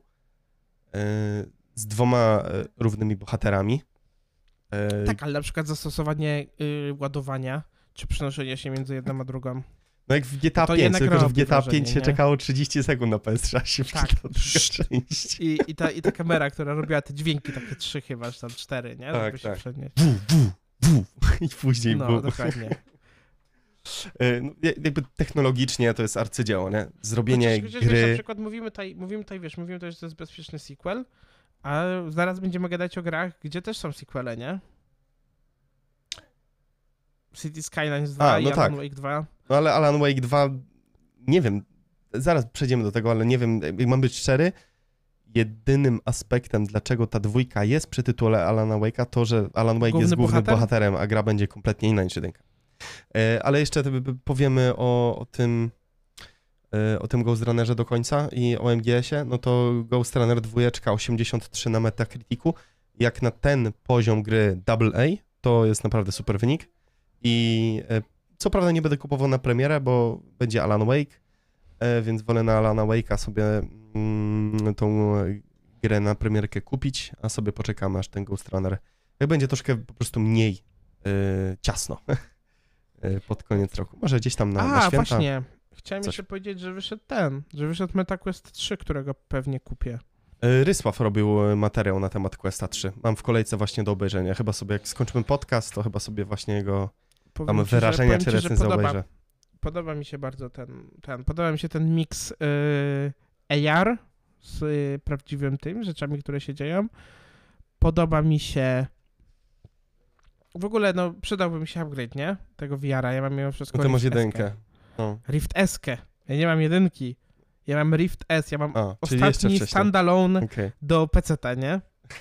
z dwoma równymi bohaterami. Tak, ale na przykład zastosowanie y, ładowania, czy przenoszenie się między jedną a drugą. No jak w G T A pięć, tylko że w G T A pięć się czekało trzydzieści sekund na P S trzy, a się tak. część. I, i, ta, I ta kamera, która robiła te dźwięki, takie trzy chyba, czy tam cztery, nie? Tak, Żeby tak. się przenieść. Bu, bu, bu. I później no, bu. No, dokładnie. No, jakby technologicznie to jest arcydzieło, nie? Zrobienie Chociaż, gry... Wiesz, na przykład mówimy tutaj, mówimy tutaj, wiesz, mówimy tutaj, że to jest bezpieczny sequel, a zaraz będziemy gadać o grach, gdzie też są sequele, nie? City Skylines dwa a, no i tak. Alan Wake dwa. No ale Alan Wake dwa, nie wiem, zaraz przejdziemy do tego, ale nie wiem, jak mam być szczery, jedynym aspektem, dlaczego ta dwójka jest przy tytule Alana Wake'a, to, że Alan Wake główny jest głównym bohater? bohaterem, a gra będzie kompletnie inna niż jedynka. Ale jeszcze powiemy o, o tym o tym Ghost Runnerze do końca i o M G S-ie, no to Ghost Runner dwa osiemdziesiąt trzy na Metacriticu. Jak na ten poziom gry double A, to jest naprawdę super wynik. I co prawda nie będę kupował na premierę, bo będzie Alan Wake, więc wolę na Alana Wake'a sobie mm, tą grę na premierkę kupić, a sobie poczekamy aż ten Ghost Runner, jak będzie troszkę po prostu mniej yy, ciasno. pod koniec roku. Może gdzieś tam na, A, na święta. właśnie. Chciałem Coś. jeszcze powiedzieć, że wyszedł ten, że wyszedł MetaQuest trzy, którego pewnie kupię. Rysław robił materiał na temat Questa trzy. Mam w kolejce właśnie do obejrzenia. Chyba sobie, jak skończymy podcast, to chyba sobie właśnie jego tam Ci, wyrażenia że, czy ci, recenzję podoba, obejrzę. Podoba mi się bardzo ten, ten podoba mi się ten miks yy, A R z y, prawdziwym tym, rzeczami, które się dzieją. Podoba mi się w ogóle, no, przydałby mi się upgrade, nie? Tego V R-a, ja mam mimo wszystko No to masz Rift jedynkę. No. Rift S-kę. Ja nie mam jedynki. Ja mam Rift S, ja mam A, czyli jeszcze ostatni wcześniej. standalone Okay. do P C-ta, nie?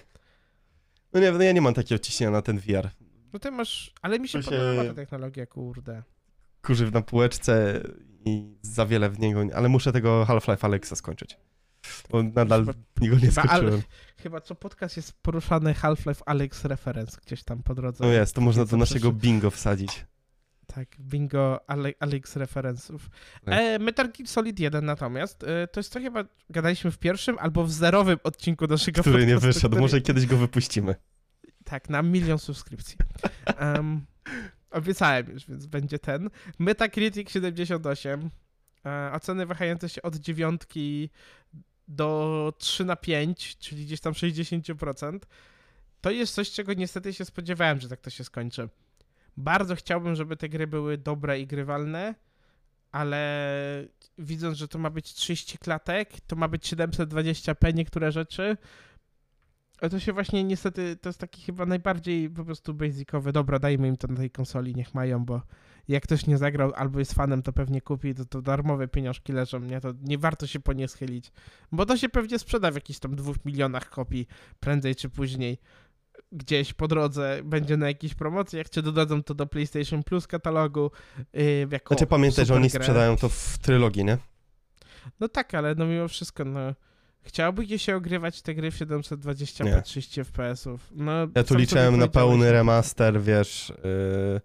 No nie, no ja nie mam takiego ciśnienia na ten V R. No ty masz, ale mi się, To podoba się- ta technologia, kurde. Kurzyw na półeczce i za wiele w niego, ale muszę tego Half-Life Alyxa skończyć. Bo nadal Chyba- niego nie chyba skończyłem. Chyba co podcast jest poruszany Half-Life Alyx reference gdzieś tam po drodze. No jest, to można do Co naszego przyszło- bingo wsadzić. Tak, bingo Ale- Alyx referenców. Tak. E, Metal Gear Solid jeden natomiast, e, to jest to chyba, gadaliśmy w pierwszym albo w zerowym odcinku naszego Który nie podcastu, wyszedł, który- może kiedyś go wypuścimy. Tak, na milion subskrypcji. Um, obiecałem już, więc będzie ten. Metacritic siedemdziesiąt osiem. E, oceny wahające się od dziewiątki do trzy na pięć, czyli gdzieś tam sześćdziesiąt procent. To jest coś, czego niestety się spodziewałem, że tak to się skończy. Bardzo chciałbym, żeby te gry były dobre i grywalne, ale widząc, że to ma być trzydzieści klatek, to ma być siedemset dwadzieścia p niektóre rzeczy, ale to się właśnie niestety, to jest taki chyba najbardziej po prostu basicowy. Dobra, dajmy im to na tej konsoli, niech mają, bo jak ktoś nie zagrał albo jest fanem, to pewnie kupi, to, to darmowe pieniążki leżą, nie? To nie warto się po nie schylić, bo to się pewnie sprzeda w jakichś tam dwóch milionach kopii prędzej czy później. Gdzieś po drodze będzie na jakiejś promocji, jak cię dodadzą to do PlayStation Plus katalogu. Yy, jako Znaczy pamiętaj, że oni super grę. sprzedają to w trylogii, nie? No tak, ale no mimo wszystko, no chciałbyś się ogrywać te gry w siedemset dwadzieścia p Nie. trzydzieści F P S-ów. No, Ja tu sam liczyłem sobie na pełny powiedziałeś, remaster, wiesz, yy,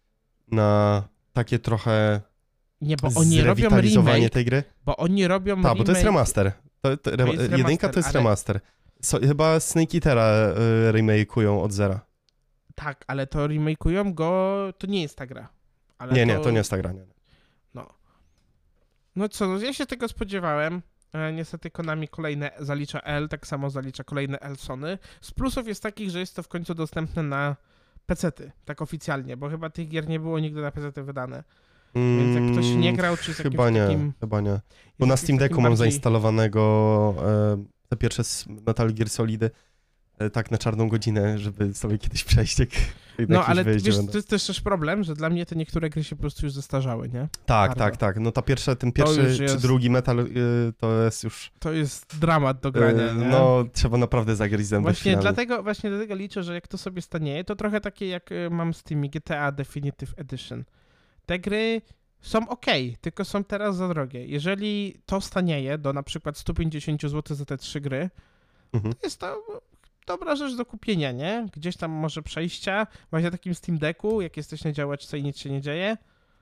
na takie trochę Nie, bo oni robią zrewitalizowanie remake, tej gry. bo oni robią Tak, remake. bo to jest remaster. To, to, rem, To jest jedynka remaster, to jest ale- remaster. So, chyba Snake Eatera y, remake'ują od zera. Tak, ale to remake'ują go, to nie jest ta gra. Ale Nie, nie, to nie jest ta gra. Nie. No. No co, no ja się tego spodziewałem. E, niestety Konami kolejne zalicza L, tak samo zalicza kolejne L Sony. Z plusów jest takich, że jest to w końcu dostępne na pecety, tak oficjalnie, bo chyba tych gier nie było nigdy na pecety wydane. Więc jak ktoś nie grał, czy z jakimś Chyba nie, takim... chyba nie. jest Bo na jakimś Steam Decku takim mam bardziej- zainstalowanego e, te pierwsze s- Metal Gear Solidy e, tak na czarną godzinę, żeby sobie kiedyś przejść, jak jak na No, jakimś ale wyjeździe wiesz, będę. to jest też też problem, że dla mnie te niektóre gry się po prostu już zestarzały, nie? Tak, bardzo. tak, tak. No ta pierwsza, ten już pierwszy czy jest- drugi Metal y, to jest już... To jest dramat do grania, y, nie? no, trzeba naprawdę zagryźć zęby Właśnie chwilami. dlatego, właśnie dlatego liczę, że jak to sobie stanieje, to trochę takie jak y, mam z tymi G T A Definitive Edition. Te gry są ok, tylko są teraz za drogie. Jeżeli to stanieje do na przykład sto pięćdziesiąt złotych za te trzy gry, Mhm. to jest to dobra rzecz do kupienia, nie? Gdzieś tam może przejścia, właśnie na takim Steam Decku, jak jesteś na działeczce i nic się nie dzieje.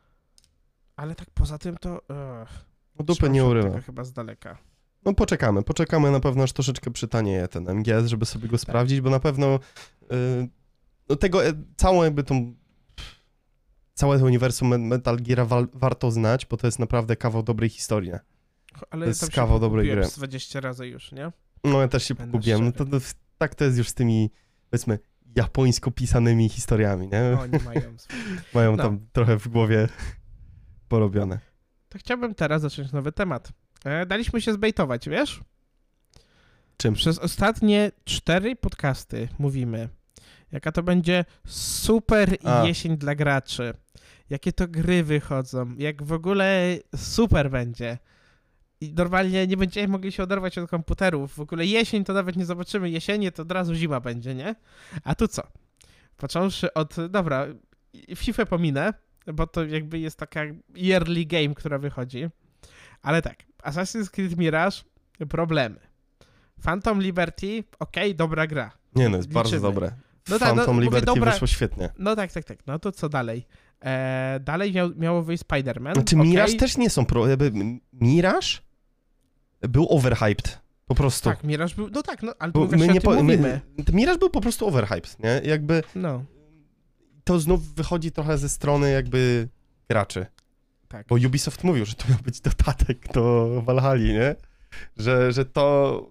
Ale tak poza tym to... Ugh, No dupy trzymam nie się od urywa. tego chyba z daleka. No poczekamy, poczekamy na pewno, aż troszeczkę przytanieje ten M G S, żeby sobie go sprawdzić, bo na pewno y, no tego, e, całą jakby tą całe to uniwersum Me- Metal Geara wal, warto znać, bo to jest naprawdę kawał dobrej historii. nie? Ale jest tam się kawał dobrej pogubiłem gry. z dwadzieścia razy już, nie? No ja też się Będę pogubiłem, no to, to, tak to jest już z tymi, powiedzmy, japońsko pisanymi historiami, nie? Oni mają swoje. Mają no. tam trochę w głowie porobione. To chciałbym teraz zacząć nowy temat. E, daliśmy się zbejtować, wiesz? Czym? Przez ostatnie cztery podcasty mówimy, jaka to będzie super A. jesień dla graczy. Jakie to gry wychodzą, jak w ogóle super będzie. I normalnie nie będziemy mogli się oderwać od komputerów. W ogóle jesień to nawet nie zobaczymy jesienie, to od razu zima będzie, nie? A tu co? Począwszy od, dobra, FIFA pominę, bo to jakby jest taka yearly game, która wychodzi. Ale tak, Assassin's Creed Mirage, problemy. Phantom Liberty, okej, okay, dobra gra. Nie no, jest Liczymy. bardzo dobre. No tak, Phantom no, mówię, Liberty dobra. wyszło świetnie. No tak, tak, tak. No to co dalej? Eee, dalej miał, miało wyjść Spider-Man. Znaczy okej. Mirage też nie są pro... Jakby Mirage był overhyped. Po prostu. Tak, Mirage był, no tak, no ale Bo to właśnie my nie o tym po, mówimy. my, Mirage był po prostu overhyped, nie? Jakby No. to znów wychodzi trochę ze strony jakby graczy. Tak. Bo Ubisoft mówił, że to miał być dodatek do Valhalli, nie? Że, że to...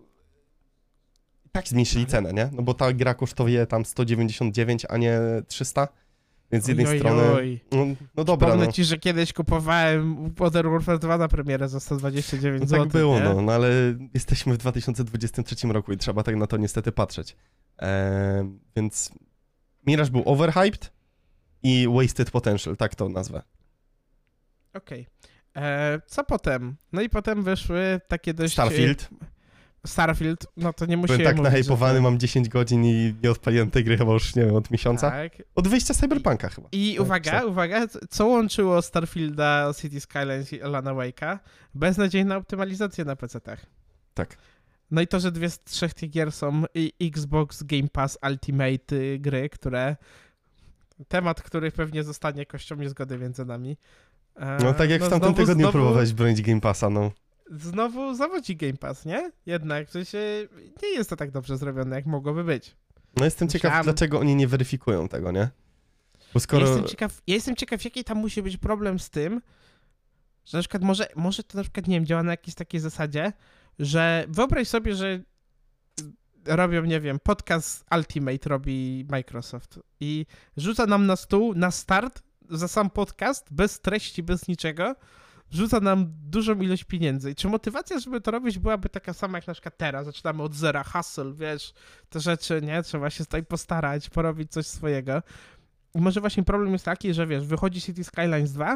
tak zmniejszyli cenę, nie? No bo ta gra kosztuje tam sto dziewięćdziesiąt dziewięć, a nie trzysta. Więc z jednej oj, strony... Oj. No, no dobra, Przypomnę no. ci, że kiedyś kupowałem Modern Warfare dwa na premierę za sto dwadzieścia dziewięć No złotych. tak było, nie? no, no ale jesteśmy w dwa tysiące dwudziestym trzecim roku i trzeba tak na to niestety patrzeć. Eee, więc Mirage był overhyped i wasted potential, tak to nazwę. Okej. Okay. Co potem? No i potem wyszły takie dość... Starfield. Starfield, no to nie musiałem Byłem tak mówić, nahypowany, że... mam dziesięć godzin i nie odpaliłem tej gry chyba już, nie wiem, od miesiąca. Tak. Od wyjścia Cyberpunka chyba. I tak, uwaga, co? uwaga, co łączyło Starfielda, City Skylines i Alana Wake'a? Beznadziejna optymalizacja na pecetach. Tak. No i to, że dwie z trzech tych gier są i Xbox Game Pass Ultimate y, gry, które... Temat, który pewnie zostanie kością niezgody między nami. E, No tak jak no w tamtym znowu, tygodniu znowu, próbowałeś bronić Game Passa, no. Znowu zawodzi Game Pass, nie? Jednak, w sensie nie jest to tak dobrze zrobione, jak mogłoby być. No jestem ciekaw, Myślałem- dlaczego oni nie weryfikują tego, nie? Bo Ja skoro... jestem ciekaw, ja jestem ciekaw, jaki tam musi być problem z tym, że na przykład może, może to na przykład, nie wiem, działa na jakiejś takiej zasadzie, że wyobraź sobie, że robią, nie wiem, podcast Ultimate robi Microsoft i rzuca nam na stół, na start, za sam podcast, bez treści, bez niczego, rzuca nam dużą ilość pieniędzy. I czy motywacja, żeby to robić, byłaby taka sama jak na przykład teraz? Zaczynamy od zera, hustle, wiesz, te rzeczy, nie? Trzeba się tutaj postarać, porobić coś swojego. I może właśnie problem jest taki, że wiesz, wychodzi City Skylines dwa,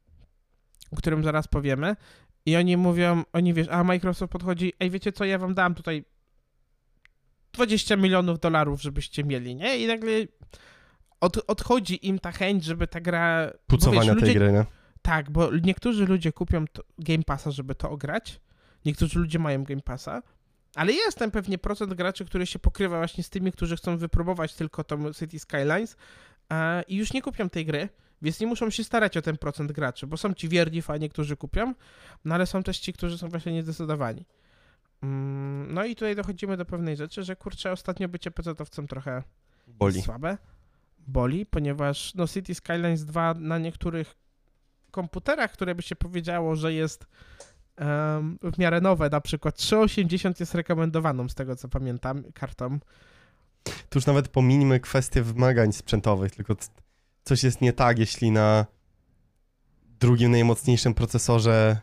o którym zaraz powiemy, i oni mówią, oni wiesz, a Microsoft podchodzi, ej, wiecie co, ja wam dam tutaj dwadzieścia milionów dolarów, żebyście mieli, nie? I nagle od, odchodzi im ta chęć, żeby ta gra... Pucowania bo wiesz, tej ludzie, gry, nie? Tak, bo niektórzy ludzie kupią to, Game Passa, żeby to ograć, niektórzy ludzie mają Game Passa, ale jest tam pewnie procent graczy, który się pokrywa właśnie z tymi, którzy chcą wypróbować tylko tą City Skylines a, i już nie kupią tej gry, więc nie muszą się starać o ten procent graczy, bo są ci wierni fani, którzy kupią, no ale są też ci, którzy są właśnie niezdecydowani. Mm, no i tutaj dochodzimy do pewnej rzeczy, że kurczę, ostatnio bycie pecetowcem trochę Boli. słabe, boli, ponieważ no City Skylines dwa na niektórych komputerach, które by się powiedziało, że jest um, w miarę nowe, na przykład trzysta osiemdziesiąt jest rekomendowaną, z tego co pamiętam, kartą. Tu już nawet pomińmy kwestie wymagań sprzętowych, tylko c- coś jest nie tak, jeśli na drugim najmocniejszym procesorze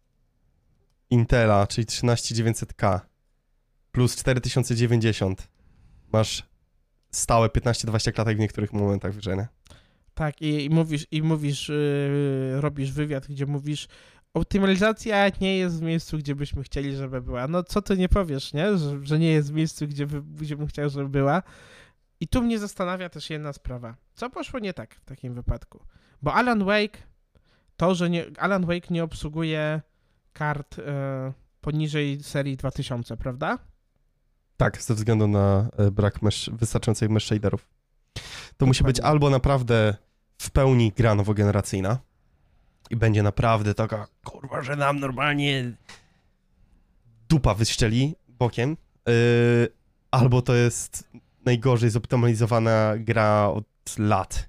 Intela, czyli trzynaście dziewięćset K plus cztery tysiące dziewięćdziesiąt masz stałe piętnaście dwadzieścia klatek w niektórych momentach w grze, nie? Tak, i, i mówisz, i mówisz, yy, robisz wywiad, gdzie mówisz, optymalizacja nie jest w miejscu, gdzie byśmy chcieli, żeby była. No co ty nie powiesz, nie? Że, że nie jest w miejscu, gdzie, by, gdzie bym chciał, żeby była. I tu mnie zastanawia też jedna sprawa. Co poszło nie tak w takim wypadku? Bo Alan Wake, to, że nie, Alan Wake nie obsługuje kart yy, poniżej serii dwa tysiące, prawda? Tak, ze względu na e, brak mesh, wystarczających mesh shaderów. To musi być Dokładnie. albo naprawdę w pełni gra nowogeneracyjna i będzie naprawdę taka, kurwa, że nam normalnie dupa wyszczeli bokiem, yy, albo to jest najgorzej zoptymalizowana gra od lat.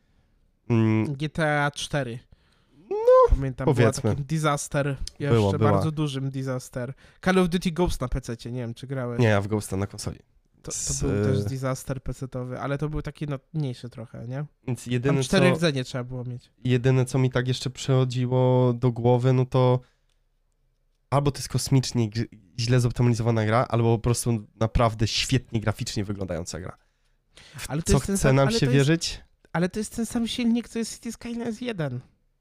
Mm, G T A cztery. no, Pamiętam, powiedzmy. była takim disaster, jeszcze Było, była. bardzo dużym disaster. Call of Duty Ghost na pececie, nie wiem czy grałeś. nie, ja w Ghosta na konsoli. To, Z- to był też disaster pecetowy, ale to był taki no, mniejszy trochę, nie? Więc Tam jedyne cztery co, rdzenie trzeba było mieć. jedyne, co mi tak jeszcze przychodziło do głowy, no to albo to jest kosmicznie gr- źle zoptymalizowana gra, albo po prostu naprawdę świetnie graficznie wyglądająca gra. W Ale to co jest ten chce sam- nam ale się to jest- wierzyć? Ale to jest ten sam silnik, co jest City Skylines jeden.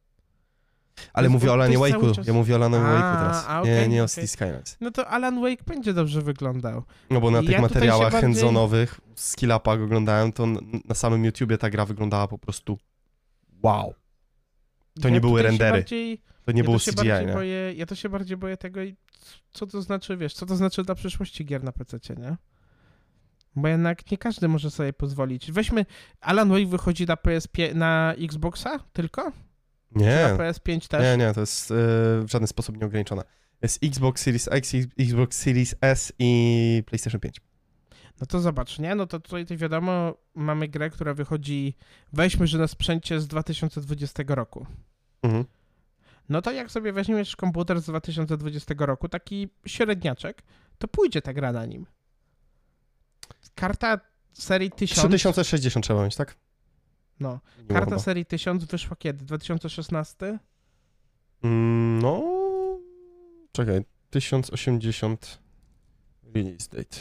Ale jest- mówię o to Alanie jest cały Wake'u, czas- ja mówię o Alanie A, Wake'u teraz, a, nie, okej, nie o okej. City Skylines. No to Alan Wake będzie dobrze wyglądał. No bo na Ja tych tutaj materiałach się bardziej- hands-onowych z Kill-Upa jak oglądałem, to n- na samym YouTubie ta gra wyglądała po prostu wow. To ja nie były tutaj się rendery, Bardziej, to nie ja było to się C G I, bardziej nie? boję, ja to się bardziej boję tego, i co to znaczy, wiesz, co to znaczy dla przyszłości gier na pececie, nie? Bo jednak nie każdy może sobie pozwolić. Weźmy, Alan Wake wychodzi na P S pięć, na Xboxa tylko? Czy Nie, na P S pięć też? nie, nie, to jest e, w żaden sposób nieograniczona. Jest Xbox Series X, Xbox Series S i PlayStation pięć. No to zobacz, nie? No to tutaj to wiadomo, mamy grę, która wychodzi, weźmy, że na sprzęcie z dwa tysiące dwudziestego roku. Mhm. No to jak sobie weźmiesz komputer z dwa tysiące dwudziestego roku, taki średniaczek, to pójdzie ta gra na nim. Karta serii tysiąc... trzy tysiące sześćdziesiąt trzeba mieć, tak? No. Nie Karta chyba. serii tysiąc wyszła kiedy? dwa tysiące szesnasty? Mm, no... Czekaj, tysiąc osiemdziesiąt... Release date.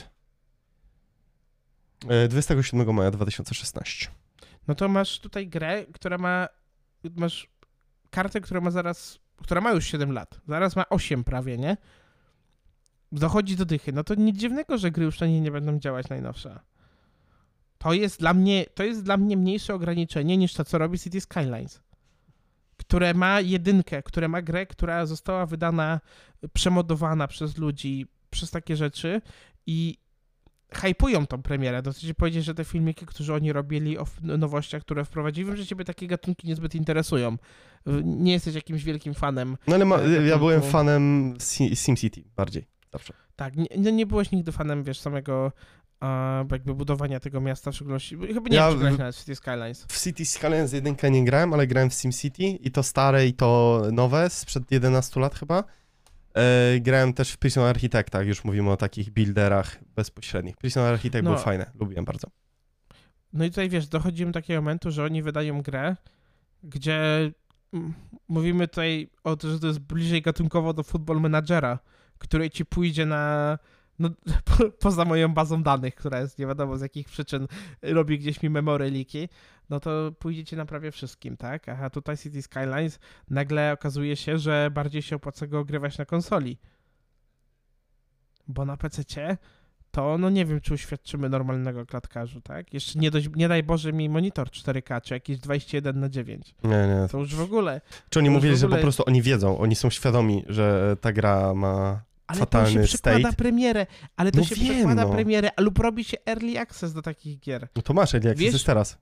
E, dwudziestego siódmego maja dwa tysiące szesnastego. No to masz tutaj grę, która ma... Masz kartę, która ma zaraz... Która ma już siedem lat. Zaraz ma osiem prawie, nie? Dochodzi do dychy. No to nic dziwnego, że gry już na niej nie będą działać najnowsze. To jest dla mnie, to jest dla mnie mniejsze ograniczenie niż to, co robi City Skylines. Które ma jedynkę, które ma grę, która została wydana, przemodowana przez ludzi, przez takie rzeczy i hypują tą premierę. Dosyć powiedzieć, że te filmiki, które oni robili o nowościach, które wprowadzili, wiem, że ciebie takie gatunki niezbyt interesują. Nie jesteś jakimś wielkim fanem. No ale ma, gatunku. ja byłem fanem SimCity bardziej, zawsze. Tak, nie, no nie byłeś nigdy fanem, wiesz, samego a, jakby budowania tego miasta, w szczególności, chyba nie Ja wiem, czy grałeś w- na City Skylines. W City Skylines jedynkę nie grałem, ale grałem w SimCity i to stare i to nowe, sprzed jedenastu lat chyba. E, grałem też w Prison Architectach, już mówimy o takich builderach bezpośrednich. Prison Architect No. było fajne, lubiłem bardzo. No i tutaj, wiesz, dochodzimy do takiego momentu, że oni wydają grę, gdzie mm, mówimy tutaj o tym, że to jest bliżej gatunkowo do Football Managera, który ci pójdzie na... No, po, poza moją bazą danych, która jest nie wiadomo z jakich przyczyn robi gdzieś mi memory leaky, no to pójdziecie na prawie wszystkim, tak? A tutaj City Skylines nagle okazuje się, że bardziej się opłaca go ogrywać na konsoli. Bo na pececie to no nie wiem, czy uświadczymy normalnego klatkarzu, tak? Jeszcze nie, dość, nie daj Boże mi monitor cztery K, czy jakiś dwadzieścia jeden na dziewięć. Nie, nie. To już w ogóle. Czy oni to już mówili, w że ogóle- po prostu oni wiedzą, oni są świadomi, że ta gra ma Ale fatalny to się przekłada state. premierę, ale to No się wiem, przekłada no. premierę, lub robi się early access do takich gier. No to masz, jak Wiesz- jest teraz.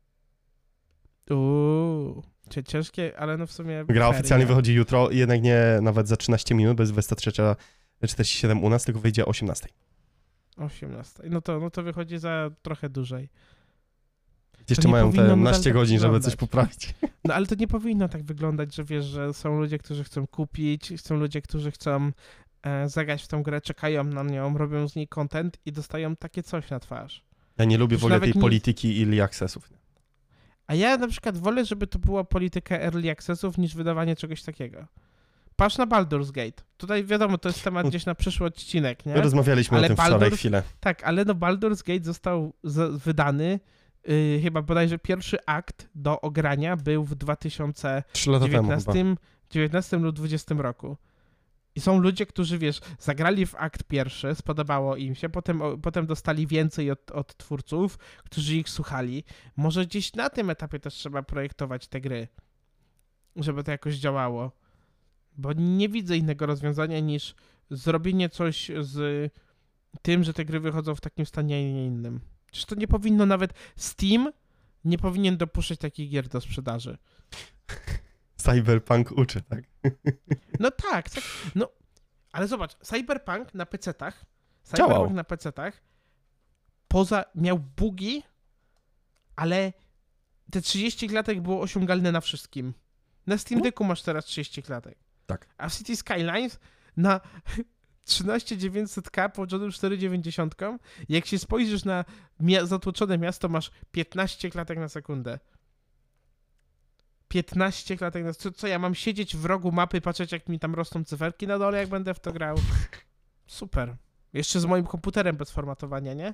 Uuu, cie- ciężkie, ale no w sumie... Gra fair, oficjalnie nie? wychodzi jutro, jednak nie nawet za trzynaście minut, bo jest dwudziesta trzecia czterdzieści siedem u nas, tylko wyjdzie o osiemnastej. osiemnaście. No to, no to wychodzi za trochę dłużej. Jeszcze nie mają powinno te nadal naście tak godzin, żeby wyglądać. coś poprawić. No ale to nie powinno tak wyglądać, że wiesz, że są ludzie, którzy chcą kupić, są ludzie, którzy chcą e, zagrać w tą grę, czekają na nią, robią z niej content i dostają takie coś na twarz. Ja nie lubię Już w ogóle nawet tej nie- polityki early accessów. A ja na przykład wolę, żeby to była polityka early accessów niż wydawanie czegoś takiego. Patrz na Baldur's Gate. Tutaj wiadomo, to jest temat gdzieś na przyszły odcinek, nie? My rozmawialiśmy Ale o tym wczoraj Baldur- chwilę. Tak, ale no Baldur's Gate został z- wydany, yy, chyba bodajże pierwszy akt do ogrania był w dwa tysiące Trzy lata temu chyba. dziewiętnastym, dziewiętnastym lub dwudziestym roku. I są ludzie, którzy, wiesz, zagrali w akt pierwszy, spodobało im się, potem, o, potem dostali więcej od, od twórców, którzy ich słuchali. Może gdzieś na tym etapie też trzeba projektować te gry, żeby to jakoś działało. Bo nie widzę innego rozwiązania niż zrobienie coś z tym, że te gry wychodzą w takim stanie, a nie innym. Przecież to nie powinno nawet... Steam nie powinien dopuszczać takich gier do sprzedaży. Cyberpunk uczy, tak? No tak, tak. No, ale zobacz, Cyberpunk na pecetach, Działał. Cyberpunk na pecetach, poza, miał bugi, ale te trzydzieści klatek było osiągalne na wszystkim. Na Steam Decku masz teraz trzydzieści klatek. Tak. A w City Skylines na trzynaście dziewięćset K połączonym cztery dziewięćdziesiąt, jak się spojrzysz na mia- zatłoczone miasto, masz piętnaście klatek na sekundę. piętnaście klatek na sekundę. Co, co ja mam siedzieć w rogu mapy, patrzeć jak mi tam rosną cyferki na dole, jak będę w to grał? Super. Jeszcze z moim komputerem bez formatowania, nie?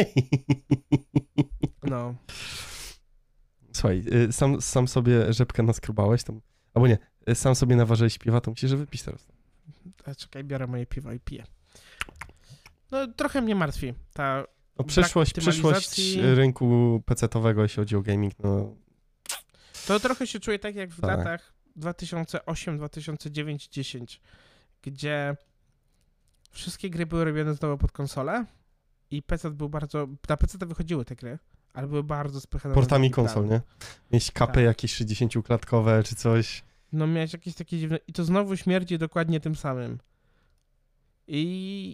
No. Słuchaj, y, sam, sam sobie rzepkę naskrobałeś, tam, albo nie, y, sam sobie na warze śpiewa, to musisz wypić teraz. A czekaj, biorę moje piwo i piję. No, trochę mnie martwi ta... No, przyszłość, przyszłość optymalizacji. rynku pecetowego, jeśli chodzi o gaming, no To trochę się czuje tak jak w Tak. latach dwa tysiące osiem, dwa tysiące dziewięć, dziesięć, gdzie wszystkie gry były robione znowu pod konsolę i P C był bardzo... Na P C wychodziły te gry, ale były bardzo spychane. portami na konsol, plan. nie? Mieć kapy Tak. jakieś sześćdziesięcioklatkowe czy coś. No miałeś jakieś takie dziwne... I to znowu śmierdzi dokładnie tym samym. I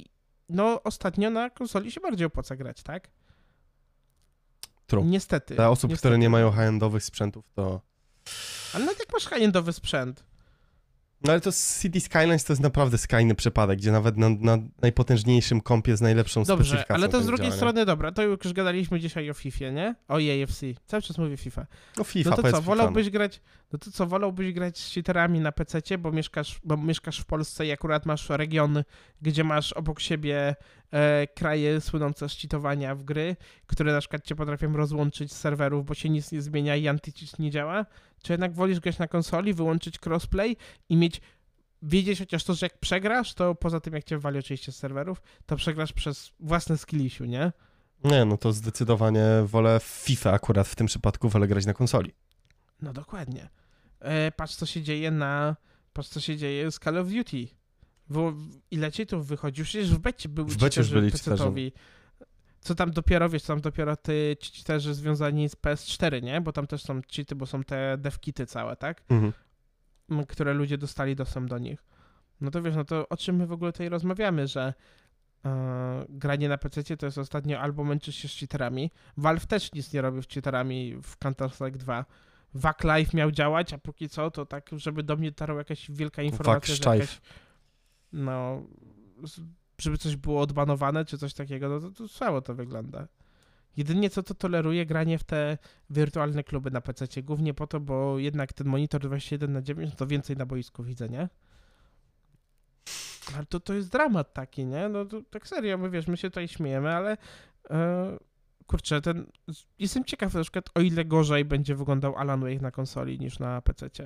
no ostatnio na konsoli się bardziej opłaca grać, tak? True. Niestety. Dla osób, niestety. które nie mają high-endowych sprzętów, to... Ale nawet jak masz high-endowy sprzęt. No ale to City Skylines to jest naprawdę skrajny przypadek, gdzie nawet na, na najpotężniejszym kompie z najlepszą Dobrze, specyfikacją. ale to z tak drugiej działa, strony, dobra, to już gadaliśmy dzisiaj o Fifie, nie? O E A F C. Cały czas mówię FIFA. No FIFA, No to powiedz co, FIFA, wolałbyś grać, no to co, wolałbyś grać z cheaterami na pececie, bo mieszkasz, bo mieszkasz w Polsce i akurat masz region, gdzie masz obok siebie e, kraje słynące z cheatowania w gry, które na przykład cię potrafią rozłączyć z serwerów, bo się nic nie zmienia i anti-cheat nie działa? Czy jednak wolisz grać na konsoli, wyłączyć crossplay i mieć wiedzieć chociaż to, że jak przegrasz, to poza tym jak cię wali oczywiście z serwerów, to przegrasz przez własne skillisiu, nie? Nie, no to zdecydowanie wolę FIFA akurat w tym przypadku, wolę grać na konsoli. No dokładnie. E, patrz co się dzieje na... Patrz co się dzieje z Call of Duty. Bo ile cheatów wychodził? Przecież w becie były W becie już byli pecetowi. Co tam dopiero, wiesz, co tam dopiero ty cheaterzy związani z P S cztery, nie? Bo tam też są cheaty, bo są te devkity całe, tak? Mhm. Które ludzie dostali dostęp do nich. No to wiesz, no to o czym my w ogóle tutaj rozmawiamy, że yy, granie na pececie to jest ostatnio albo męczysz się z cheaterami. Valve też nic nie robi z cheaterami w Counter-Strike dwa. W A C Live miał działać, a póki co to tak, żeby do mnie dotarła jakaś wielka informacja, że jakaś, no, żeby coś było odbanowane, czy coś takiego, no to, to słabo to wygląda. Jedynie co to toleruje granie w te wirtualne kluby na pececie, głównie po to, bo jednak ten monitor dwadzieścia jeden na dziewięć to więcej na boisku widzę, nie? Ale to, to jest dramat taki, nie? No to, tak serio, my wiesz, my się tutaj śmiejemy, ale yy, kurczę, ten, jestem ciekaw na przykład, o ile gorzej będzie wyglądał Alan Wake na konsoli niż na pececie.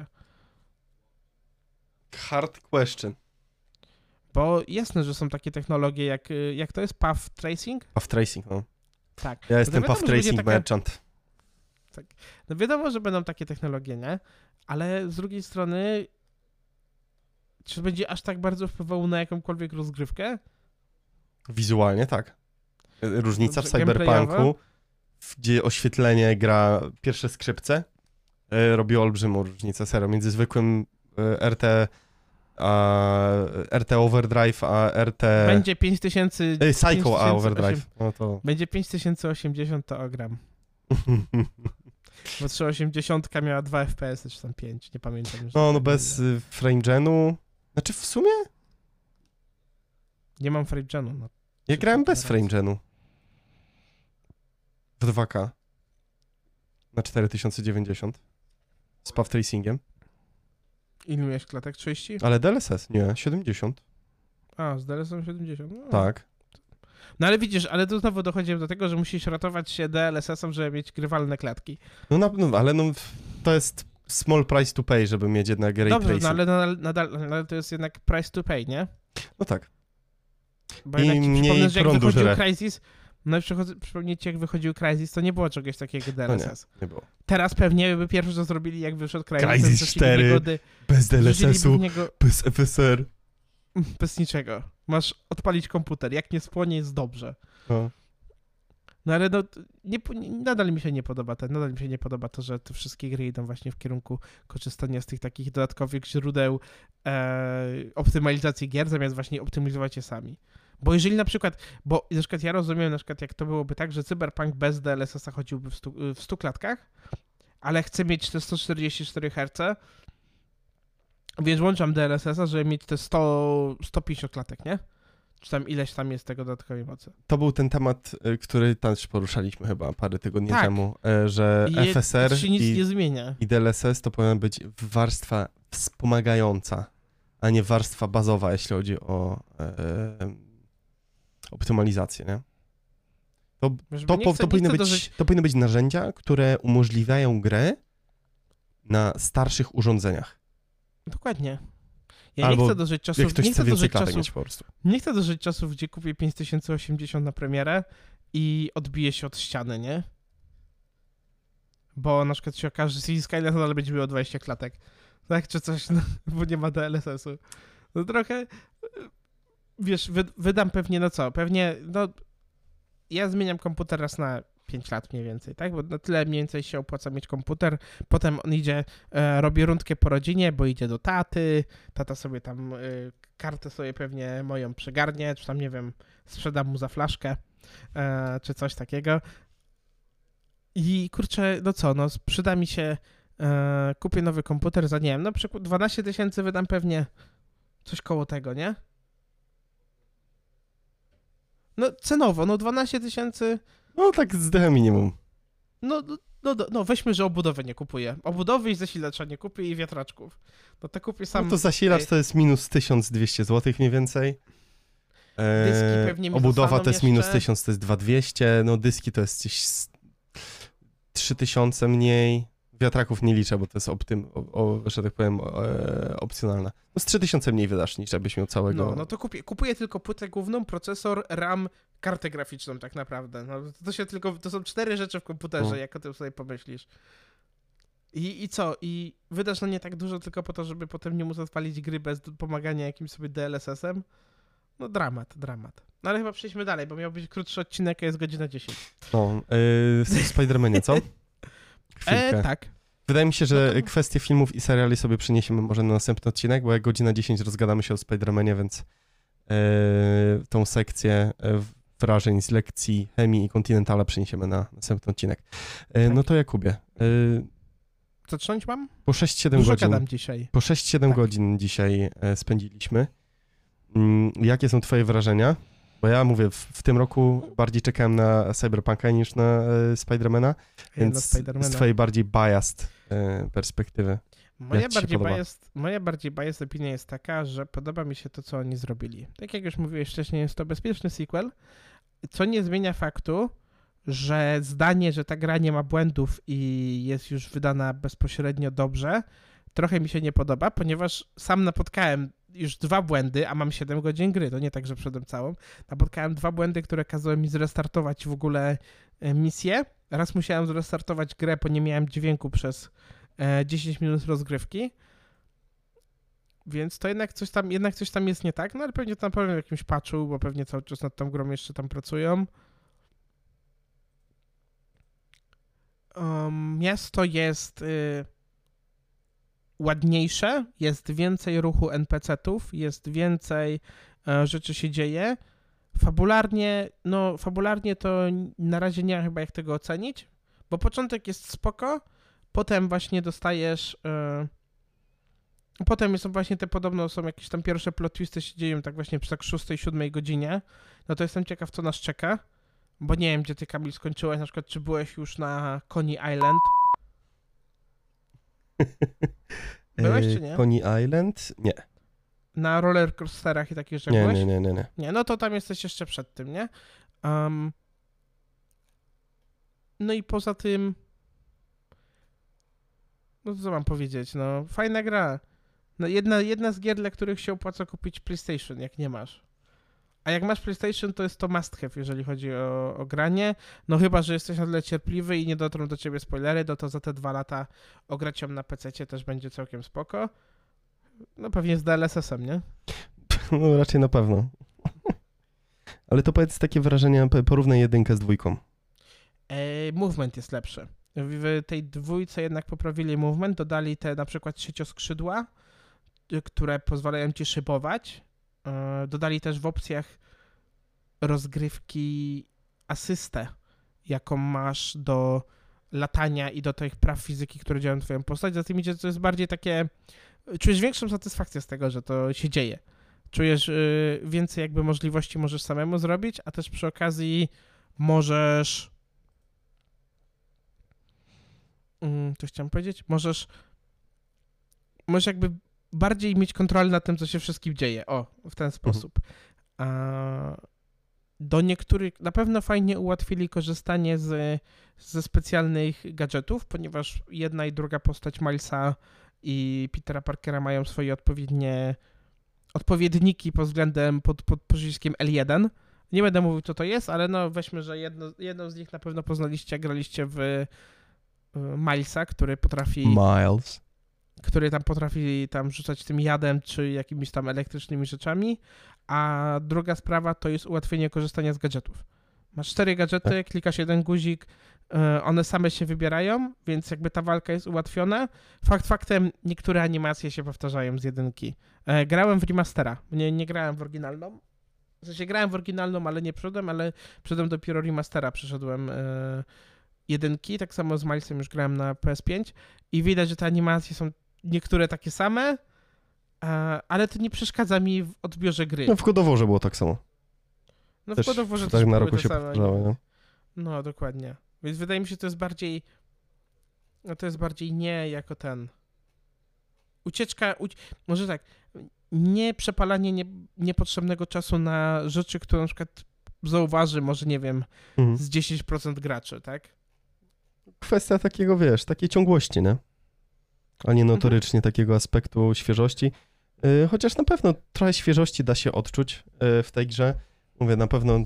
Hard question. Bo jasne, że są takie technologie jak, jak to jest Path Tracing? Path Tracing, no. Tak. Ja jestem no Path Tracing taka... Merchant. Tak. No wiadomo, że będą takie technologie, nie? Ale z drugiej strony czy to będzie aż tak bardzo wpływało na jakąkolwiek rozgrywkę? Wizualnie tak. Różnica Dobrze, w Cyberpunku, gdzie oświetlenie gra pierwsze skrzypce, robi olbrzymą różnicę, serio, między zwykłym R T a R T Overdrive, a R T... Będzie pięć tysięcy... Psycho a Overdrive. No to... Będzie pięć tysięcy osiemdziesiąt, to ogram. Bo trzysta osiemdziesiąt miała dwa F P S, czy tam pięć, nie pamiętam już. No, no bez y, frame genu. Znaczy w sumie? Nie mam frame genu. No. Ja grałem bez frame genu. W dwa K. Na cztery tysiące dziewięćdziesiąt. Z path tracingiem. Ile miałeś klatek? trzydzieści? Ale D L S S, nie, siedemdziesiąt. A, z D L S S siedemdziesiąt. No. Tak. No ale widzisz, ale tu znowu dochodzimy do tego, że musisz ratować się D L S S-em, żeby mieć grywalne klatki. No, na, no ale no, to jest small price to pay, żeby mieć jednak ray Dobrze, tracing. no ale nadal, nadal, nadal to jest jednak price to pay, nie? No tak. Bo I jednak ci mniej przypomnę, że jak prądu wychodził żre. Crysis, no i przypomnę ci, jak wychodził Crysis, to nie było czegoś takiego jak D L S S. No nie, nie było. Teraz pewnie by pierwszy co zrobili, jak wyszedł Crysis, Crysis cztery, gody, bez D L S S-u, niego, bez F S R. bez niczego. Masz odpalić komputer, jak nie spłonie, jest dobrze. No. No ale no, nie, nie, nadal mi się nie podoba ten, nadal mi się nie podoba to, że te wszystkie gry idą właśnie w kierunku korzystania z tych takich dodatkowych źródeł e, optymalizacji gier, zamiast właśnie optymalizować je sami. Bo jeżeli na przykład, bo na przykład ja rozumiem na przykład jak to byłoby tak, że Cyberpunk bez D L S S-a chodziłby w stu, w stu klatkach, ale chcę mieć te sto czterdzieści cztery herce, więc włączam D L S S-a, żeby mieć te sto, sto pięćdziesiąt klatek, nie? Czy tam ileś tam jest tego dodatkowej mocy. To był ten temat, który też poruszaliśmy chyba parę tygodni tak. temu, że I F S R je, się nic i, nie zmienia. i D L S S to powinna być warstwa wspomagająca, a nie warstwa bazowa, jeśli chodzi o e, optymalizację, nie? To, to, po, chcę, to, powinny być, dożyć... to powinny być narzędzia, które umożliwiają grę na starszych urządzeniach. Dokładnie. Ja Albo nie chcę dożyć czasów, jak ktoś nie chce chcę więcej dożyć klatek czasów, mieć po prostu. Nie chcę dożyć czasów, gdzie kupię pięć tysięcy osiemdziesiąt na premierę i odbiję się od ściany, nie? Bo na przykład się okaże, że City Skylines nadal będzie miało dwadzieścia klatek. Tak, czy coś, no, bo nie ma D L S S-u. No trochę, wiesz, wy, wydam pewnie, no co, pewnie, no, ja zmieniam komputer raz na pięć lat mniej więcej, tak? Bo na tyle mniej więcej się opłaca mieć komputer. Potem on idzie, e, robi rundkę po rodzinie, bo idzie do taty, tata sobie tam e, kartę sobie pewnie moją przygarnie, czy tam, nie wiem, sprzedam mu za flaszkę, e, czy coś takiego. I kurczę, no co, no przyda mi się, e, kupię nowy komputer za, nie wiem, na przykład dwanaście tysięcy wydam pewnie coś koło tego, nie? No cenowo, no dwanaście tysięcy... No tak z minimum. No, no, no, no weźmy, że obudowę nie kupuję. Obudowy i zasilacza nie kupię i wiatraczków. No to kupię sam... No to zasilacz to jest minus tysiąc dwieście złotych mniej więcej. Eee, dyski pewnie mi obudowa to jest minus jeszcze. tysiąc, to jest dwa tysiące dwieście. No dyski to jest gdzieś trzy tysiące mniej. Wiatraków nie liczę, bo to jest optym, o, o, że tak powiem, e, opcjonalne. No z trzy tysiące mniej wydasz, niż żebyś miał całego... No, no to kupię, kupuję tylko płytę główną, procesor, RAM, kartę graficzną tak naprawdę. No, to się tylko, to są cztery rzeczy w komputerze, no. Jak o tym sobie pomyślisz. I, I co? I wydasz na nie tak dużo tylko po to, żeby potem nie móc odpalić gry bez pomagania jakimś sobie D L S S-em? No dramat, dramat. No ale chyba przejdźmy dalej, bo miał być krótszy odcinek, a jest godzina dziesięć. No, yy, w Spider-Manie, co? E, tak. Wydaje mi się, że no to... kwestie filmów i seriali sobie przeniesiemy może na następny odcinek, bo jak godzina dziesięć rozgadamy się o Spider-Manie, więc yy, tą sekcję yy, wrażeń z lekcji chemii i kontynentala przeniesiemy na następny odcinek. Yy, tak. No to Jakubie. Yy, Zacząć mam? Po sześć siedem Dużo godzin. gadam dzisiaj. Po sześć siedem tak. godzin dzisiaj yy, spędziliśmy. Yy, jakie są twoje wrażenia? Bo ja mówię, w, w tym roku bardziej czekałem na Cyberpunka niż na y, Spidermana, więc Spidermana. Z twojej bardziej biased y, perspektywy. Moja bardziej, biased, moja bardziej biased opinia jest taka, że podoba mi się to, co oni zrobili. Tak jak już mówiłeś wcześniej, jest to bezpieczny sequel, co nie zmienia faktu, że zdanie, że ta gra nie ma błędów i jest już wydana bezpośrednio dobrze, trochę mi się nie podoba, ponieważ sam napotkałem już dwa błędy, a mam siedem godzin gry, to nie tak, że przedem całą. Napotkałem dwa błędy, które kazały mi zrestartować w ogóle misję. Raz musiałem zrestartować grę, bo nie miałem dźwięku przez dziesięć minut rozgrywki. Więc to jednak coś tam, jednak coś tam jest nie tak, no ale pewnie to na pewno w jakimś patchu, bo pewnie cały czas nad tą grą jeszcze tam pracują. Um, miasto jest... Y ładniejsze, jest więcej ruchu en pe ce ów, jest więcej e, rzeczy się dzieje. Fabularnie, no fabularnie to na razie nie mam chyba jak tego ocenić, bo początek jest spoko, potem właśnie dostajesz, e, potem są właśnie te podobno są jakieś tam pierwsze plot twisty się dzieją tak właśnie przy tak szóstej, siódmej godzinie, no to jestem ciekaw, co nas czeka, bo nie wiem, gdzie ty, Kamil, skończyłeś, na przykład czy byłeś już na Coney Island? Byłeś czy nie? Coney Island? Nie. Na roller coasterach i takich rzeczach nie, byłeś? Nie, nie, nie, nie. Nie, no to tam jesteś jeszcze przed tym, nie? Um, no i poza tym... No co mam powiedzieć, no fajna gra. No jedna, jedna z gier, dla których się opłaca kupić PlayStation, jak nie masz. A jak masz PlayStation, to jest to must have, jeżeli chodzi o, o granie. No chyba, że jesteś na tyle cierpliwy i nie dotrą do ciebie spoilery, no to za te dwa lata ograć ją na pececie też będzie całkiem spoko. No pewnie z D L S S-em, nie? No raczej na pewno. Ale to powiedz takie wrażenia, porównaj jedynkę z dwójką. E, movement jest lepszy. W tej dwójce jednak poprawili movement, dodali te na przykład siecioskrzydła, które pozwalają ci szybować. Dodali też w opcjach rozgrywki asystę, jaką masz do latania i do tych praw fizyki, które działają twoją postać. Za tym idzie, to jest bardziej takie... Czujesz większą satysfakcję z tego, że to się dzieje. Czujesz yy, więcej jakby możliwości możesz samemu zrobić, a też przy okazji możesz... Yy, co chciałem powiedzieć? Możesz... Możesz jakby bardziej mieć kontrolę nad tym, co się wszystkim dzieje. O, w ten sposób. A do niektórych na pewno fajnie ułatwili korzystanie z, ze specjalnych gadżetów, ponieważ jedna i druga postać Milesa i Petera Parkera mają swoje odpowiednie odpowiedniki pod względem, pod, pod przyciskiem L jeden. Nie będę mówił, co to jest, ale no weźmy, że jedno, jedną z nich na pewno poznaliście, jak graliście w y, Milesa, który potrafi... Miles. który tam potrafi tam rzucać tym jadem, czy jakimiś tam elektrycznymi rzeczami, a druga sprawa to jest ułatwienie korzystania z gadżetów. Masz cztery gadżety, tak. klikasz jeden guzik, yy, one same się wybierają, więc jakby ta walka jest ułatwiona. Fakt faktem, niektóre animacje się powtarzają z jedynki. Yy, grałem w remastera, nie, nie grałem w oryginalną. W sensie grałem w oryginalną, ale nie przodem, ale przodem dopiero remastera przeszedłem yy, jedynki, tak samo z Milesem już grałem na P S pięć i widać, że te animacje są niektóre takie same, ale to nie przeszkadza mi w odbiorze gry. No w God of Warze było tak samo. No w God of Warze też tak na roku się powtarzało, nie? No, dokładnie. Więc wydaje mi się, że to jest bardziej no to jest bardziej nie jako ten ucieczka, uci... może tak, nie przepalanie nie, niepotrzebnego czasu na rzeczy, które na przykład zauważy, może nie wiem, mhm. z dziesięć procent graczy, tak? Kwestia takiego, wiesz, takiej ciągłości, nie? A nie notorycznie mhm. takiego aspektu świeżości. Yy, chociaż na pewno trochę świeżości da się odczuć yy, w tej grze. Mówię, na pewno yy,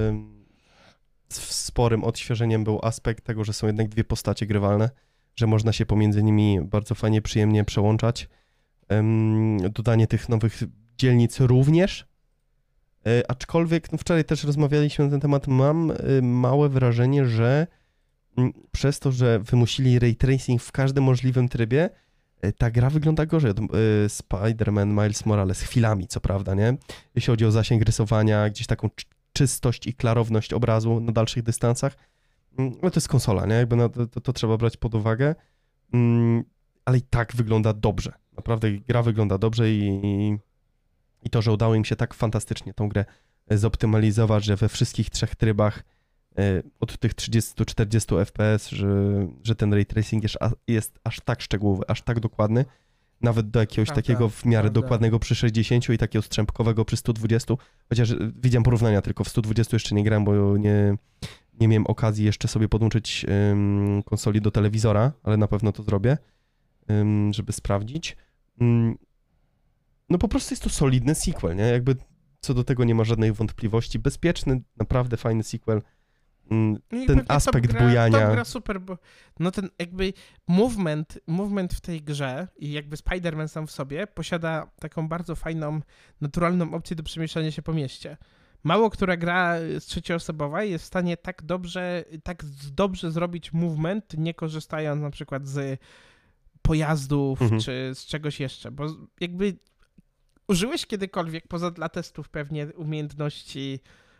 sporym odświeżeniem był aspekt tego, że są jednak dwie postacie grywalne, że można się pomiędzy nimi bardzo fajnie, przyjemnie przełączać. Yy, dodanie tych nowych dzielnic również. Yy, aczkolwiek, no wczoraj też rozmawialiśmy na ten temat, mam yy, małe wrażenie, że yy, przez to, że wymusili ray tracing w każdym możliwym trybie, ta gra wygląda gorzej od Spider-Man Miles Morales, chwilami, co prawda, nie? Jeśli chodzi o zasięg rysowania, gdzieś taką czystość i klarowność obrazu na dalszych dystansach. No to jest konsola, nie? Jakby na to, to, to trzeba brać pod uwagę. Ale i tak wygląda dobrze. Naprawdę gra wygląda dobrze i, i to, że udało im się tak fantastycznie tą grę zoptymalizować, że we wszystkich trzech trybach od tych trzydziestu do czterdziestu F P S, że, że ten ray tracing jest, jest aż tak szczegółowy, aż tak dokładny, nawet do jakiegoś prawda, takiego w miarę prawda. dokładnego przy sześćdziesięciu i takiego strzępkowego przy stu dwudziestu, chociaż widziałem porównania, tylko w stu dwudziestu jeszcze nie grałem, bo nie, nie miałem okazji jeszcze sobie podłączyć um, konsoli do telewizora, ale na pewno to zrobię, um, żeby sprawdzić. Um, no po prostu jest to solidny sequel, nie? Jakby co do tego nie ma żadnej wątpliwości. Bezpieczny, naprawdę fajny sequel. Ten aspekt gra, bujania. To gra super, bo no ten jakby movement, movement w tej grze i jakby Spider-Man sam w sobie posiada taką bardzo fajną, naturalną opcję do przemieszczania się po mieście. Mało która gra trzecioosobowa jest w stanie tak dobrze, tak dobrze zrobić movement, nie korzystając na przykład z pojazdów mhm. czy z czegoś jeszcze, bo jakby użyłeś kiedykolwiek, poza dla testów pewnie, umiejętności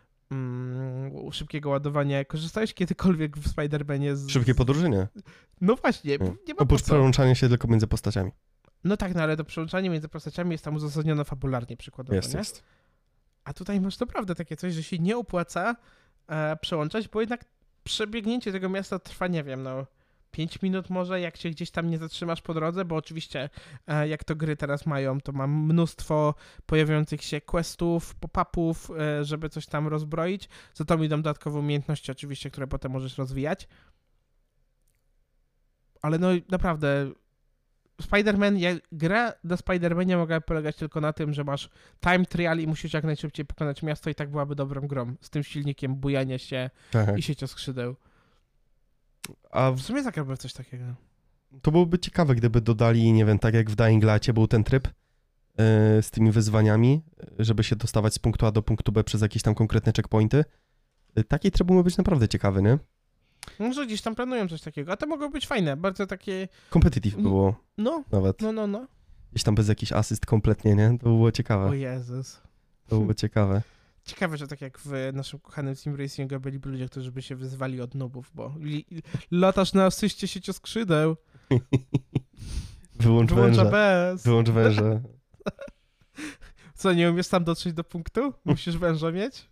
Mm, szybkiego ładowania. Korzystałeś kiedykolwiek w Spider-Manie z... Szybkie podróże, nie? No właśnie, nie, nie ma Oprócz przełączania się tylko między postaciami. No tak, no ale to przełączanie między postaciami jest tam uzasadnione fabularnie przykładowo, jest, nie? Jest. A tutaj masz naprawdę takie coś, że się nie opłaca e, przełączać, bo jednak przebiegnięcie tego miasta trwa, nie wiem, no pięć minut może, jak się gdzieś tam nie zatrzymasz po drodze, bo oczywiście e, jak to gry teraz mają, to mam mnóstwo pojawiających się questów, pop-upów, e, żeby coś tam rozbroić. Za to idą dodatkowe umiejętności oczywiście, które potem możesz rozwijać. Ale no naprawdę Spider-Man, ja, gra do Spider-Manie mogła polegać tylko na tym, że masz time trial i musisz jak najszybciej pokonać miasto i tak byłaby dobrą grą. Z tym silnikiem bujania się tak. i siecioskrzydeł. A w sumie zagrałbym w coś takiego. To byłoby ciekawe, gdyby dodali, nie wiem, tak jak w Dying Lightie był ten tryb yy, z tymi wyzwaniami, żeby się dostawać z punktu A do punktu B przez jakieś tam konkretne checkpointy. Yy, taki tryb mógłby być naprawdę ciekawy, nie? Może gdzieś tam planują coś takiego, a to mogło być fajne, bardzo takie... Competitive było. No, nawet. no, no, no. Gdzieś tam bez jakichś asyst kompletnie, nie? To było ciekawe. O Jezus. To było ciekawe. Ciekawe, że tak jak w naszym kochanym Sim Racingu byliby ludzie, którzy by się wyzwali od nubów, bo li, latasz na asyście siecioskrzydeł. Wyłącz Wyłącza węża. bez. Wyłącz węża. Co, nie umiesz sam dotrzeć do punktu? Musisz węża mieć?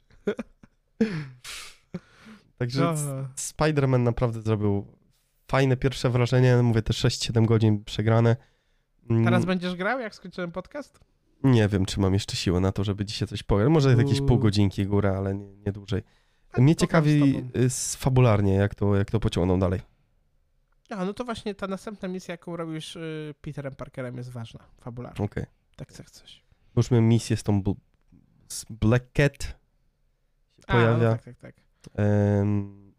Także oh. Spider-Man naprawdę zrobił fajne pierwsze wrażenie. Mówię, te sześć siedem godzin przegrane. Teraz będziesz grał, jak skończyłem podcast? Nie wiem, czy mam jeszcze siłę na to, żeby dzisiaj coś pograć. Może jakieś pół godzinki góra, ale nie, nie dłużej. Mnie ciekawi fabularnie, jak to, jak to pociągną dalej. A, no to właśnie ta następna misja, jaką robisz y, Peterem Parkerem, jest ważna, fabularnie. Okej. Okay. Tak chcesz coś. Już miałem misję z tą bl- z Black Cat się A, pojawia. No tak, tak, tak. Um...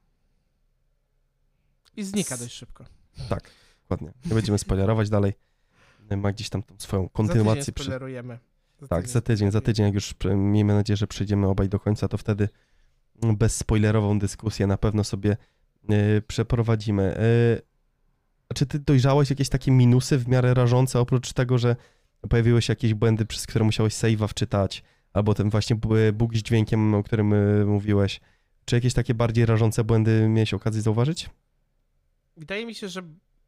I znika dość szybko. Tak, dokładnie. Nie będziemy spoilerować dalej. Ma gdzieś tam tą swoją kontynuację. Za tydzień spoilerujemy. Za tak, tydzień za tydzień, za tydzień, jak już miejmy nadzieję, że przejdziemy obaj do końca, to wtedy bezspoilerową dyskusję na pewno sobie y, przeprowadzimy. Y, czy ty dojrzałeś jakieś takie minusy w miarę rażące, oprócz tego, że pojawiły się jakieś błędy, przez które musiałeś save'a wczytać, albo ten właśnie bóg z dźwiękiem, o którym y, mówiłeś. Czy jakieś takie bardziej rażące błędy miałeś okazję zauważyć? Wydaje mi się, że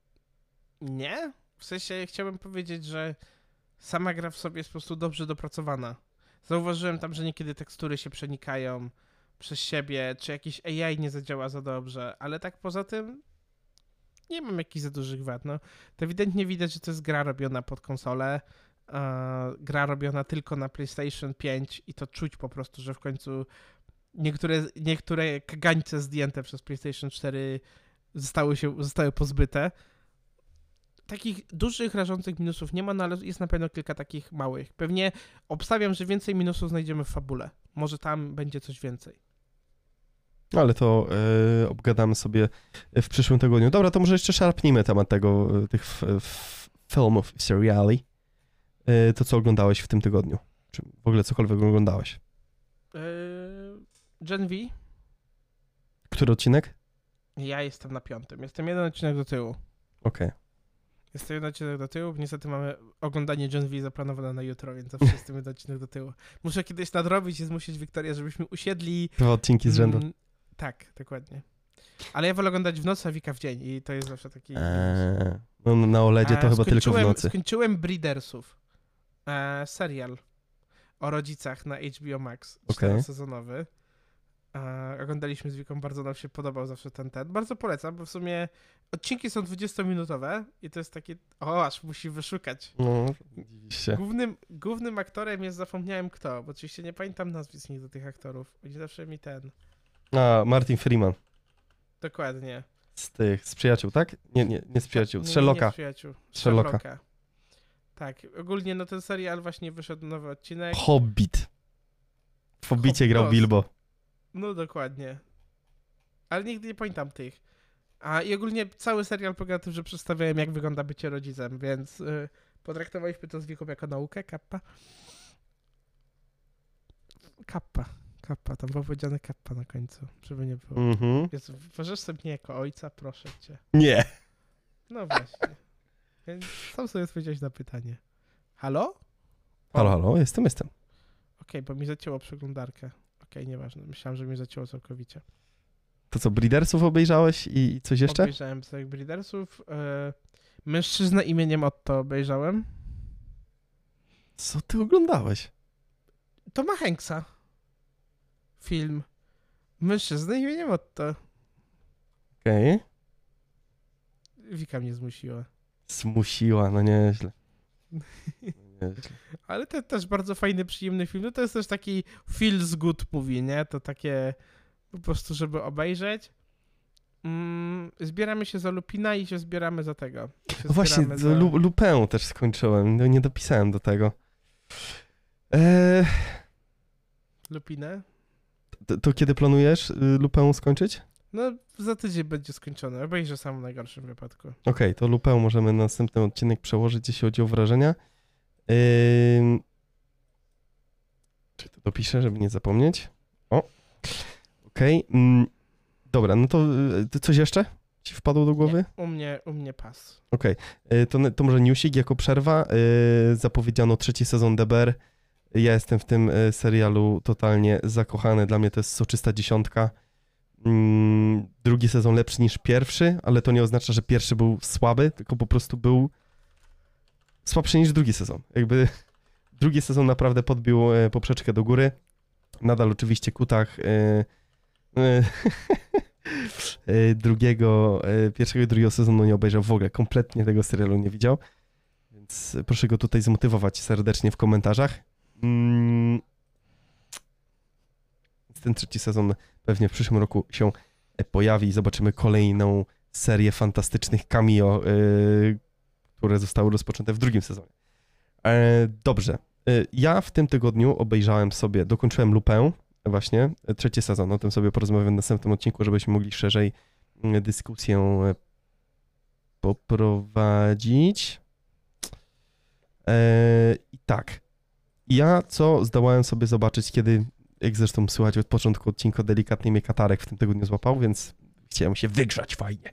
nie. W sensie chciałbym powiedzieć, że sama gra w sobie jest po prostu dobrze dopracowana. Zauważyłem tam, że niekiedy tekstury się przenikają przez siebie, czy jakiś A I nie zadziała za dobrze, ale tak poza tym nie mam jakichś za dużych wad. No, to ewidentnie widać, że to jest gra robiona pod konsolę, uh, gra robiona tylko na PlayStation pięć i to czuć po prostu, że w końcu niektóre, niektóre kagańce zdjęte przez PlayStation cztery zostały się zostały pozbyte. Takich dużych, rażących minusów nie ma, no ale jest na pewno kilka takich małych. Pewnie obstawiam, że więcej minusów znajdziemy w fabule. Może tam będzie coś więcej. Ale to yy, obgadamy sobie w przyszłym tygodniu. Dobra, to może jeszcze szarpnijmy temat tego, tych f, f, filmów, seriali. Yy, to, co oglądałeś w tym tygodniu? Czy w ogóle cokolwiek oglądałeś? Yy, Gen V. Który odcinek? Ja jestem na piątym. Jestem jeden odcinek do tyłu. Okej. Okay. Jestem jeden odcinek do tyłu. Niestety mamy oglądanie Gen V zaplanowane na jutro, więc zawsze jestem jeden odcinek do tyłu. Muszę kiedyś nadrobić i zmusić Wiktorię, żebyśmy usiedli... Dwa odcinki z rzędu. Mm, tak, dokładnie. Ale ja wolę oglądać w nocy, a Wika w dzień i to jest zawsze taki... Eee, no na OLEDzie to a, chyba tylko w nocy. Skończyłem Breedersów. E, serial o rodzicach na H B O Max. czterosezonowy. Okay. E, oglądaliśmy z Wiką, bardzo nam się podobał zawsze ten ten. Bardzo polecam, bo w sumie odcinki są dwudziestominutowe i to jest takie... O, aż musi wyszukać. No, dziwiście. Głównym, głównym aktorem jest, zapomniałem kto, bo oczywiście nie pamiętam nazwisk nigdy tych aktorów. Oni zawsze mi ten... A, Martin Freeman. Dokładnie. Z tych, z przyjaciół, tak? Nie, nie, nie z przyjaciół, z nie, Sherlocka. Nie z przyjaciół. Sherlocka. Sherlocka. Tak, ogólnie no ten serial właśnie wyszedł nowy odcinek. Hobbit. W Hobbicie Hobbit. grał Bilbo. No dokładnie. Ale nigdy nie pamiętam tych. A i ogólnie cały serial polega na tym, że przedstawiałem, jak wygląda bycie rodzicem, więc yy, potraktowaliśmy to z Wiką jako naukę, kappa. Kappa. Kappa, tam było powiedziane kappa na końcu, żeby nie było. Mhm. Jezu, uważasz sobie mnie jako ojca? Proszę cię. Nie. No właśnie. Więc sam sobie odpowiedziałeś na pytanie. Halo? O. Halo, halo, jestem, jestem. Okej, okay, bo mi zacięło przeglądarkę. Okej, okay, nieważne. Myślałem, że mi zacięło całkowicie. To co, Breedersów obejrzałeś i coś jeszcze? Obejrzałem sobie Breedersów. Yy, Mężczyznę imieniem Otto obejrzałem. Co ty oglądałeś? Toma Hanksa. Film. Mężczyzna imieniem Otto. Okej. Okay. Wika mnie zmusiła. Zmusiła, no nieźle. No nieźle. Ale to też bardzo fajny, przyjemny film. No to jest też taki feels good movie, nie? To takie po prostu, żeby obejrzeć. Mm, zbieramy się za Lupina i się zbieramy za tego. No właśnie, za... Lu- Lupę też skończyłem. No, nie dopisałem do tego. Eee... Lupinę? To, to kiedy planujesz Lupę skończyć? No, za tydzień będzie skończone. Obejrzę sam w najgorszym wypadku. Okej, okay, to Lupę możemy na następny odcinek przełożyć, jeśli chodzi o wrażenia. Yy... Czy to dopiszę, żeby nie zapomnieć? O, okej. Okay. Mm, dobra, no to, to coś jeszcze ci wpadło do głowy? Nie, u mnie, u mnie pas. Okej, okay. to, to może newsik jako przerwa. Yy, zapowiedziano trzeci sezon D B R. Ja jestem w tym serialu totalnie zakochany. Dla mnie to jest soczysta dziesiątka. Mm, drugi sezon lepszy niż pierwszy, ale to nie oznacza, że pierwszy był słaby, tylko po prostu był słabszy niż drugi sezon. Jakby drugi sezon naprawdę podbił poprzeczkę do góry. Nadal oczywiście Kutach yy, yy, drugiego, yy, pierwszego i drugiego sezonu nie obejrzał w ogóle. Kompletnie tego serialu nie widział. Więc proszę go tutaj zmotywować serdecznie w komentarzach. Mm. Ten trzeci sezon pewnie w przyszłym roku się pojawi i zobaczymy kolejną serię fantastycznych cameo, yy, które zostały rozpoczęte w drugim sezonie. E, dobrze. E, ja w tym tygodniu obejrzałem sobie, dokończyłem Lupę, właśnie, trzeci sezon. O tym sobie porozmawiam w następnym odcinku, żebyśmy mogli szerzej dyskusję poprowadzić. E, I tak. Ja co zdołałem sobie zobaczyć, kiedy jak zresztą słychać od początku odcinka, delikatnie mnie katarek w tym tygodniu złapał, więc chciałem się wygrzać fajnie.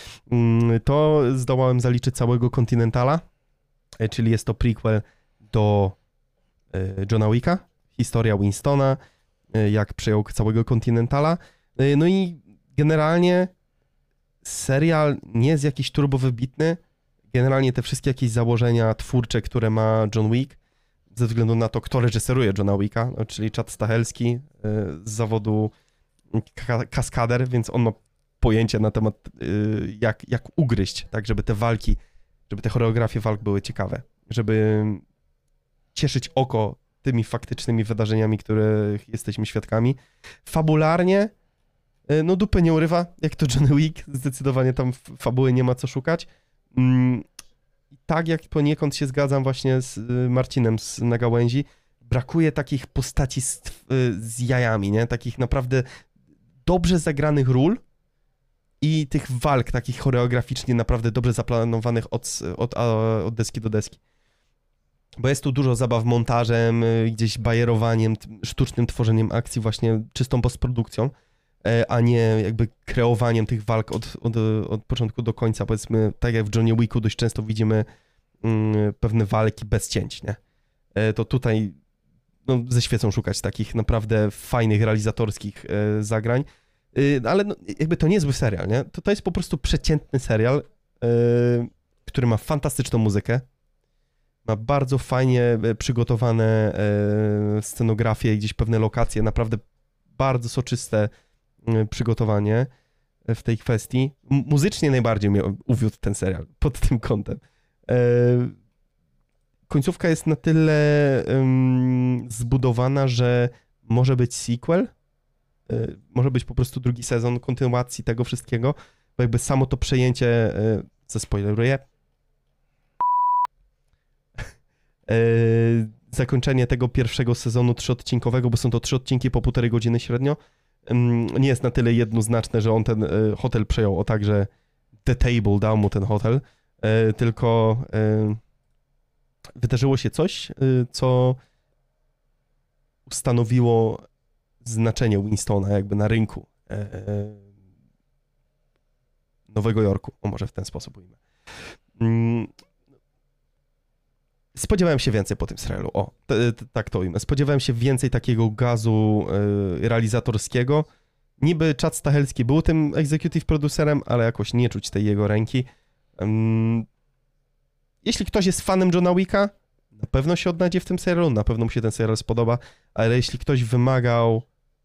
To zdołałem zaliczyć całego Continentala, czyli jest to prequel do Johna Wicka, historia Winstona, jak przejął całego Continentala. No i generalnie serial nie jest jakiś turbo wybitny. Generalnie te wszystkie jakieś założenia twórcze, które ma John Wick, ze względu na to, kto reżyseruje Johna Wicka, no, czyli Chad Stahelski z zawodu kaskader, więc on ma pojęcie na temat jak, jak ugryźć, tak, żeby te walki, żeby te choreografie walk były ciekawe, żeby cieszyć oko tymi faktycznymi wydarzeniami, których jesteśmy świadkami. Fabularnie, no dupy nie urywa, jak to John Wick, zdecydowanie tam fabuły nie ma co szukać. Mm, tak jak poniekąd się zgadzam właśnie z Marcinem z Na Gałęzi, brakuje takich postaci z, z jajami, nie? Takich naprawdę dobrze zagranych ról i tych walk takich choreograficznie naprawdę dobrze zaplanowanych od, od, od deski do deski. Bo jest tu dużo zabaw montażem, gdzieś bajerowaniem, sztucznym tworzeniem akcji, właśnie czystą postprodukcją, a nie jakby kreowaniem tych walk od, od, od początku do końca. Powiedzmy, tak jak w Johnie Wicku dość często widzimy mm, pewne walki bez cięć, nie? To tutaj no, ze świecą szukać takich naprawdę fajnych, realizatorskich e, zagrań. E, ale no, jakby to nie jest zły serial, nie? To, to jest po prostu przeciętny serial, e, który ma fantastyczną muzykę. Ma bardzo fajnie przygotowane e, scenografie, gdzieś pewne lokacje, naprawdę bardzo soczyste e, przygotowanie w tej kwestii. M- muzycznie najbardziej mnie uwiódł ten serial pod tym kątem. E, końcówka jest na tyle um, zbudowana, że może być sequel, e, może być po prostu drugi sezon kontynuacji tego wszystkiego, bo jakby samo to przejęcie, e, zaspoileruję, Yy, zakończenie tego pierwszego sezonu trzyodcinkowego, bo są to trzy odcinki po półtorej godziny średnio, yy, nie jest na tyle jednoznaczne, że on ten yy, hotel przejął o tak, że The Table dał mu ten hotel, yy, tylko yy, wydarzyło się coś, yy, co ustanowiło znaczenie Winstona jakby na rynku yy, Nowego Jorku, o może w ten sposób ujmę. Yy, Spodziewałem się więcej po tym serialu, o, t, t, tak to ujmę. Spodziewałem się więcej takiego gazu y, realizatorskiego. Niby Chad Stahelski był tym executive producerem, ale jakoś nie czuć tej jego ręki. Um, jeśli ktoś jest fanem Johna Wicka, na pewno się odnajdzie w tym serialu, na pewno mu się ten serial spodoba, ale jeśli ktoś wymagał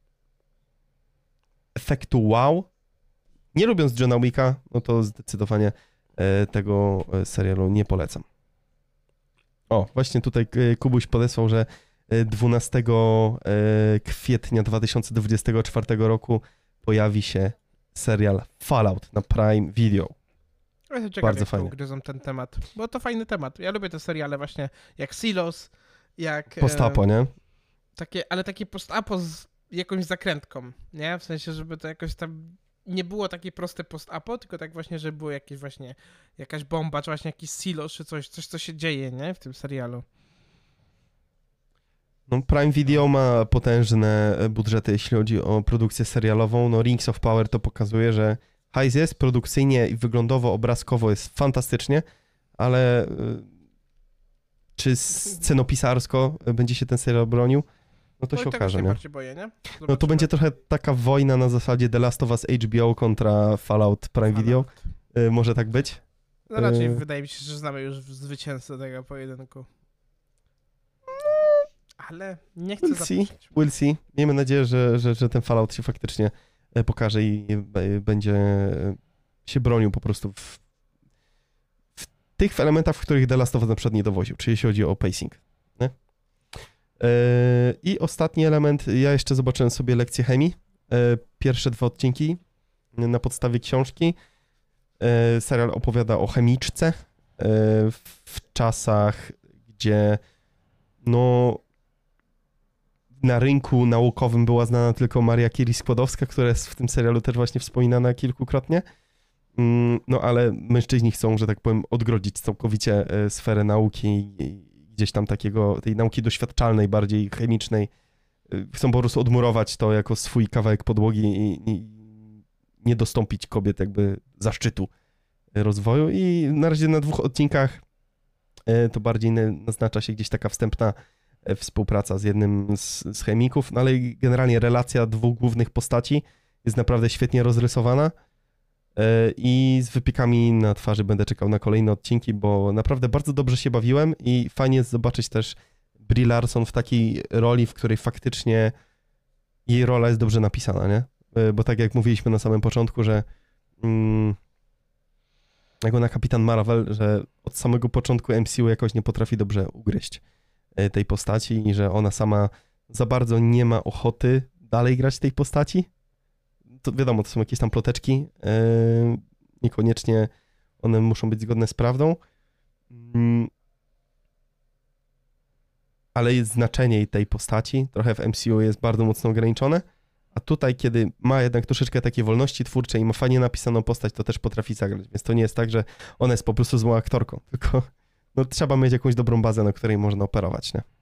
efektu wow, nie lubiąc Johna Wicka, no to zdecydowanie y, tego serialu nie polecam. O, właśnie tutaj Kubuś podesłał, że dwunastego kwietnia dwa tysiące dwudziestego czwartego roku pojawi się serial Fallout na Prime Video. Ja się ciekawie, bardzo fajnie ugryzą ten temat, bo to fajny temat. Ja lubię te seriale właśnie jak Silos, jak... Post-apo, nie? Takie, ale takie post-apo z jakąś zakrętką, nie? W sensie, żeby to jakoś tam... nie było takie proste post-apo, tylko tak właśnie, że było jakieś właśnie jakaś bomba, czy właśnie jakiś silos, czy coś, coś co się dzieje, nie? W tym serialu. No Prime Video ma potężne budżety, jeśli chodzi o produkcję serialową. No Rings of Power to pokazuje, że hajs jest, produkcyjnie i wyglądowo, obrazkowo jest fantastycznie, ale czy scenopisarsko będzie się ten serial bronił? No to no się okaże, się nie? Boję, nie? No to będzie trochę taka wojna na zasadzie The Last of Us H B O kontra Fallout Prime Fallout. Video. Y, może tak być? No raczej y... wydaje mi się, że znamy już zwycięzcę tego pojedynku. Ale nie chcę we'll zaprosić. See. We'll see. Miejmy nadzieję, że, że, że ten Fallout się faktycznie pokaże i będzie się bronił po prostu w, w tych elementach, w których The Last of Us na przykład nie dowoził, czyli jeśli chodzi o pacing. Nie? I ostatni element, ja jeszcze zobaczyłem sobie lekcję chemii, pierwsze dwa odcinki na podstawie książki. Serial opowiada o chemiczce w czasach, gdzie no na rynku naukowym była znana tylko Maria Curie-Skłodowska, która jest w tym serialu też właśnie wspominana kilkukrotnie. No ale mężczyźni chcą, że tak powiem, odgrodzić całkowicie sferę nauki i gdzieś tam takiego, tej nauki doświadczalnej, bardziej chemicznej chcą po prostu odmurować to jako swój kawałek podłogi i, i nie dostąpić kobiet jakby zaszczytu rozwoju i na razie na dwóch odcinkach to bardziej naznacza się gdzieś taka wstępna współpraca z jednym z, z chemików, no ale generalnie relacja dwóch głównych postaci jest naprawdę świetnie rozrysowana i z wypiekami na twarzy będę czekał na kolejne odcinki, bo naprawdę bardzo dobrze się bawiłem i fajnie jest zobaczyć też Brie Larson w takiej roli, w której faktycznie jej rola jest dobrze napisana, nie? Bo tak jak mówiliśmy na samym początku, że mm, jak ona Kapitan Marvel, że od samego początku M C U jakoś nie potrafi dobrze ugryźć tej postaci i że ona sama za bardzo nie ma ochoty dalej grać tej postaci. To wiadomo, to są jakieś tam ploteczki, yy, niekoniecznie one muszą być zgodne z prawdą, yy, ale jest znaczenie tej postaci, trochę w M C U jest bardzo mocno ograniczone, a tutaj, kiedy ma jednak troszeczkę takiej wolności twórczej i ma fajnie napisaną postać, to też potrafi zagrać, więc to nie jest tak, że ona jest po prostu złą aktorką, tylko no, trzeba mieć jakąś dobrą bazę, na której można operować, nie?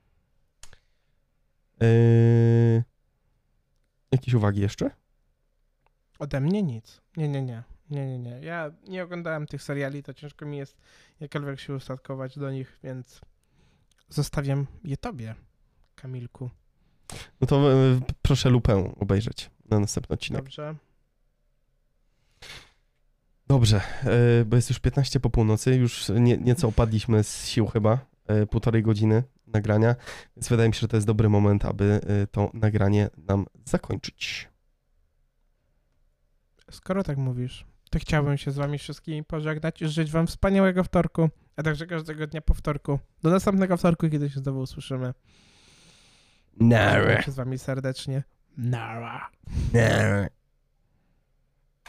Yy... Jakieś uwagi jeszcze? Ode mnie nic. Nie, nie, nie. Nie, nie, nie. Ja nie oglądałem tych seriali, to ciężko mi jest jakkolwiek się ustatkować do nich, więc zostawiam je tobie, Kamilku. No to y, proszę Lupę obejrzeć na następny odcinek. Dobrze. Dobrze, y, bo jest już piętnaście po północy, już nie, nieco opadliśmy z sił chyba, y, półtorej godziny nagrania, więc wydaje mi się, że to jest dobry moment, aby y, to nagranie nam zakończyć. Skoro tak mówisz, to chciałbym się z wami wszystkimi pożegnać i życzyć wam wspaniałego wtorku, a także każdego dnia po wtorku. Do następnego wtorku, kiedy się znowu usłyszymy. Nara. Żegnam się z wami serdecznie. Nara. Nara.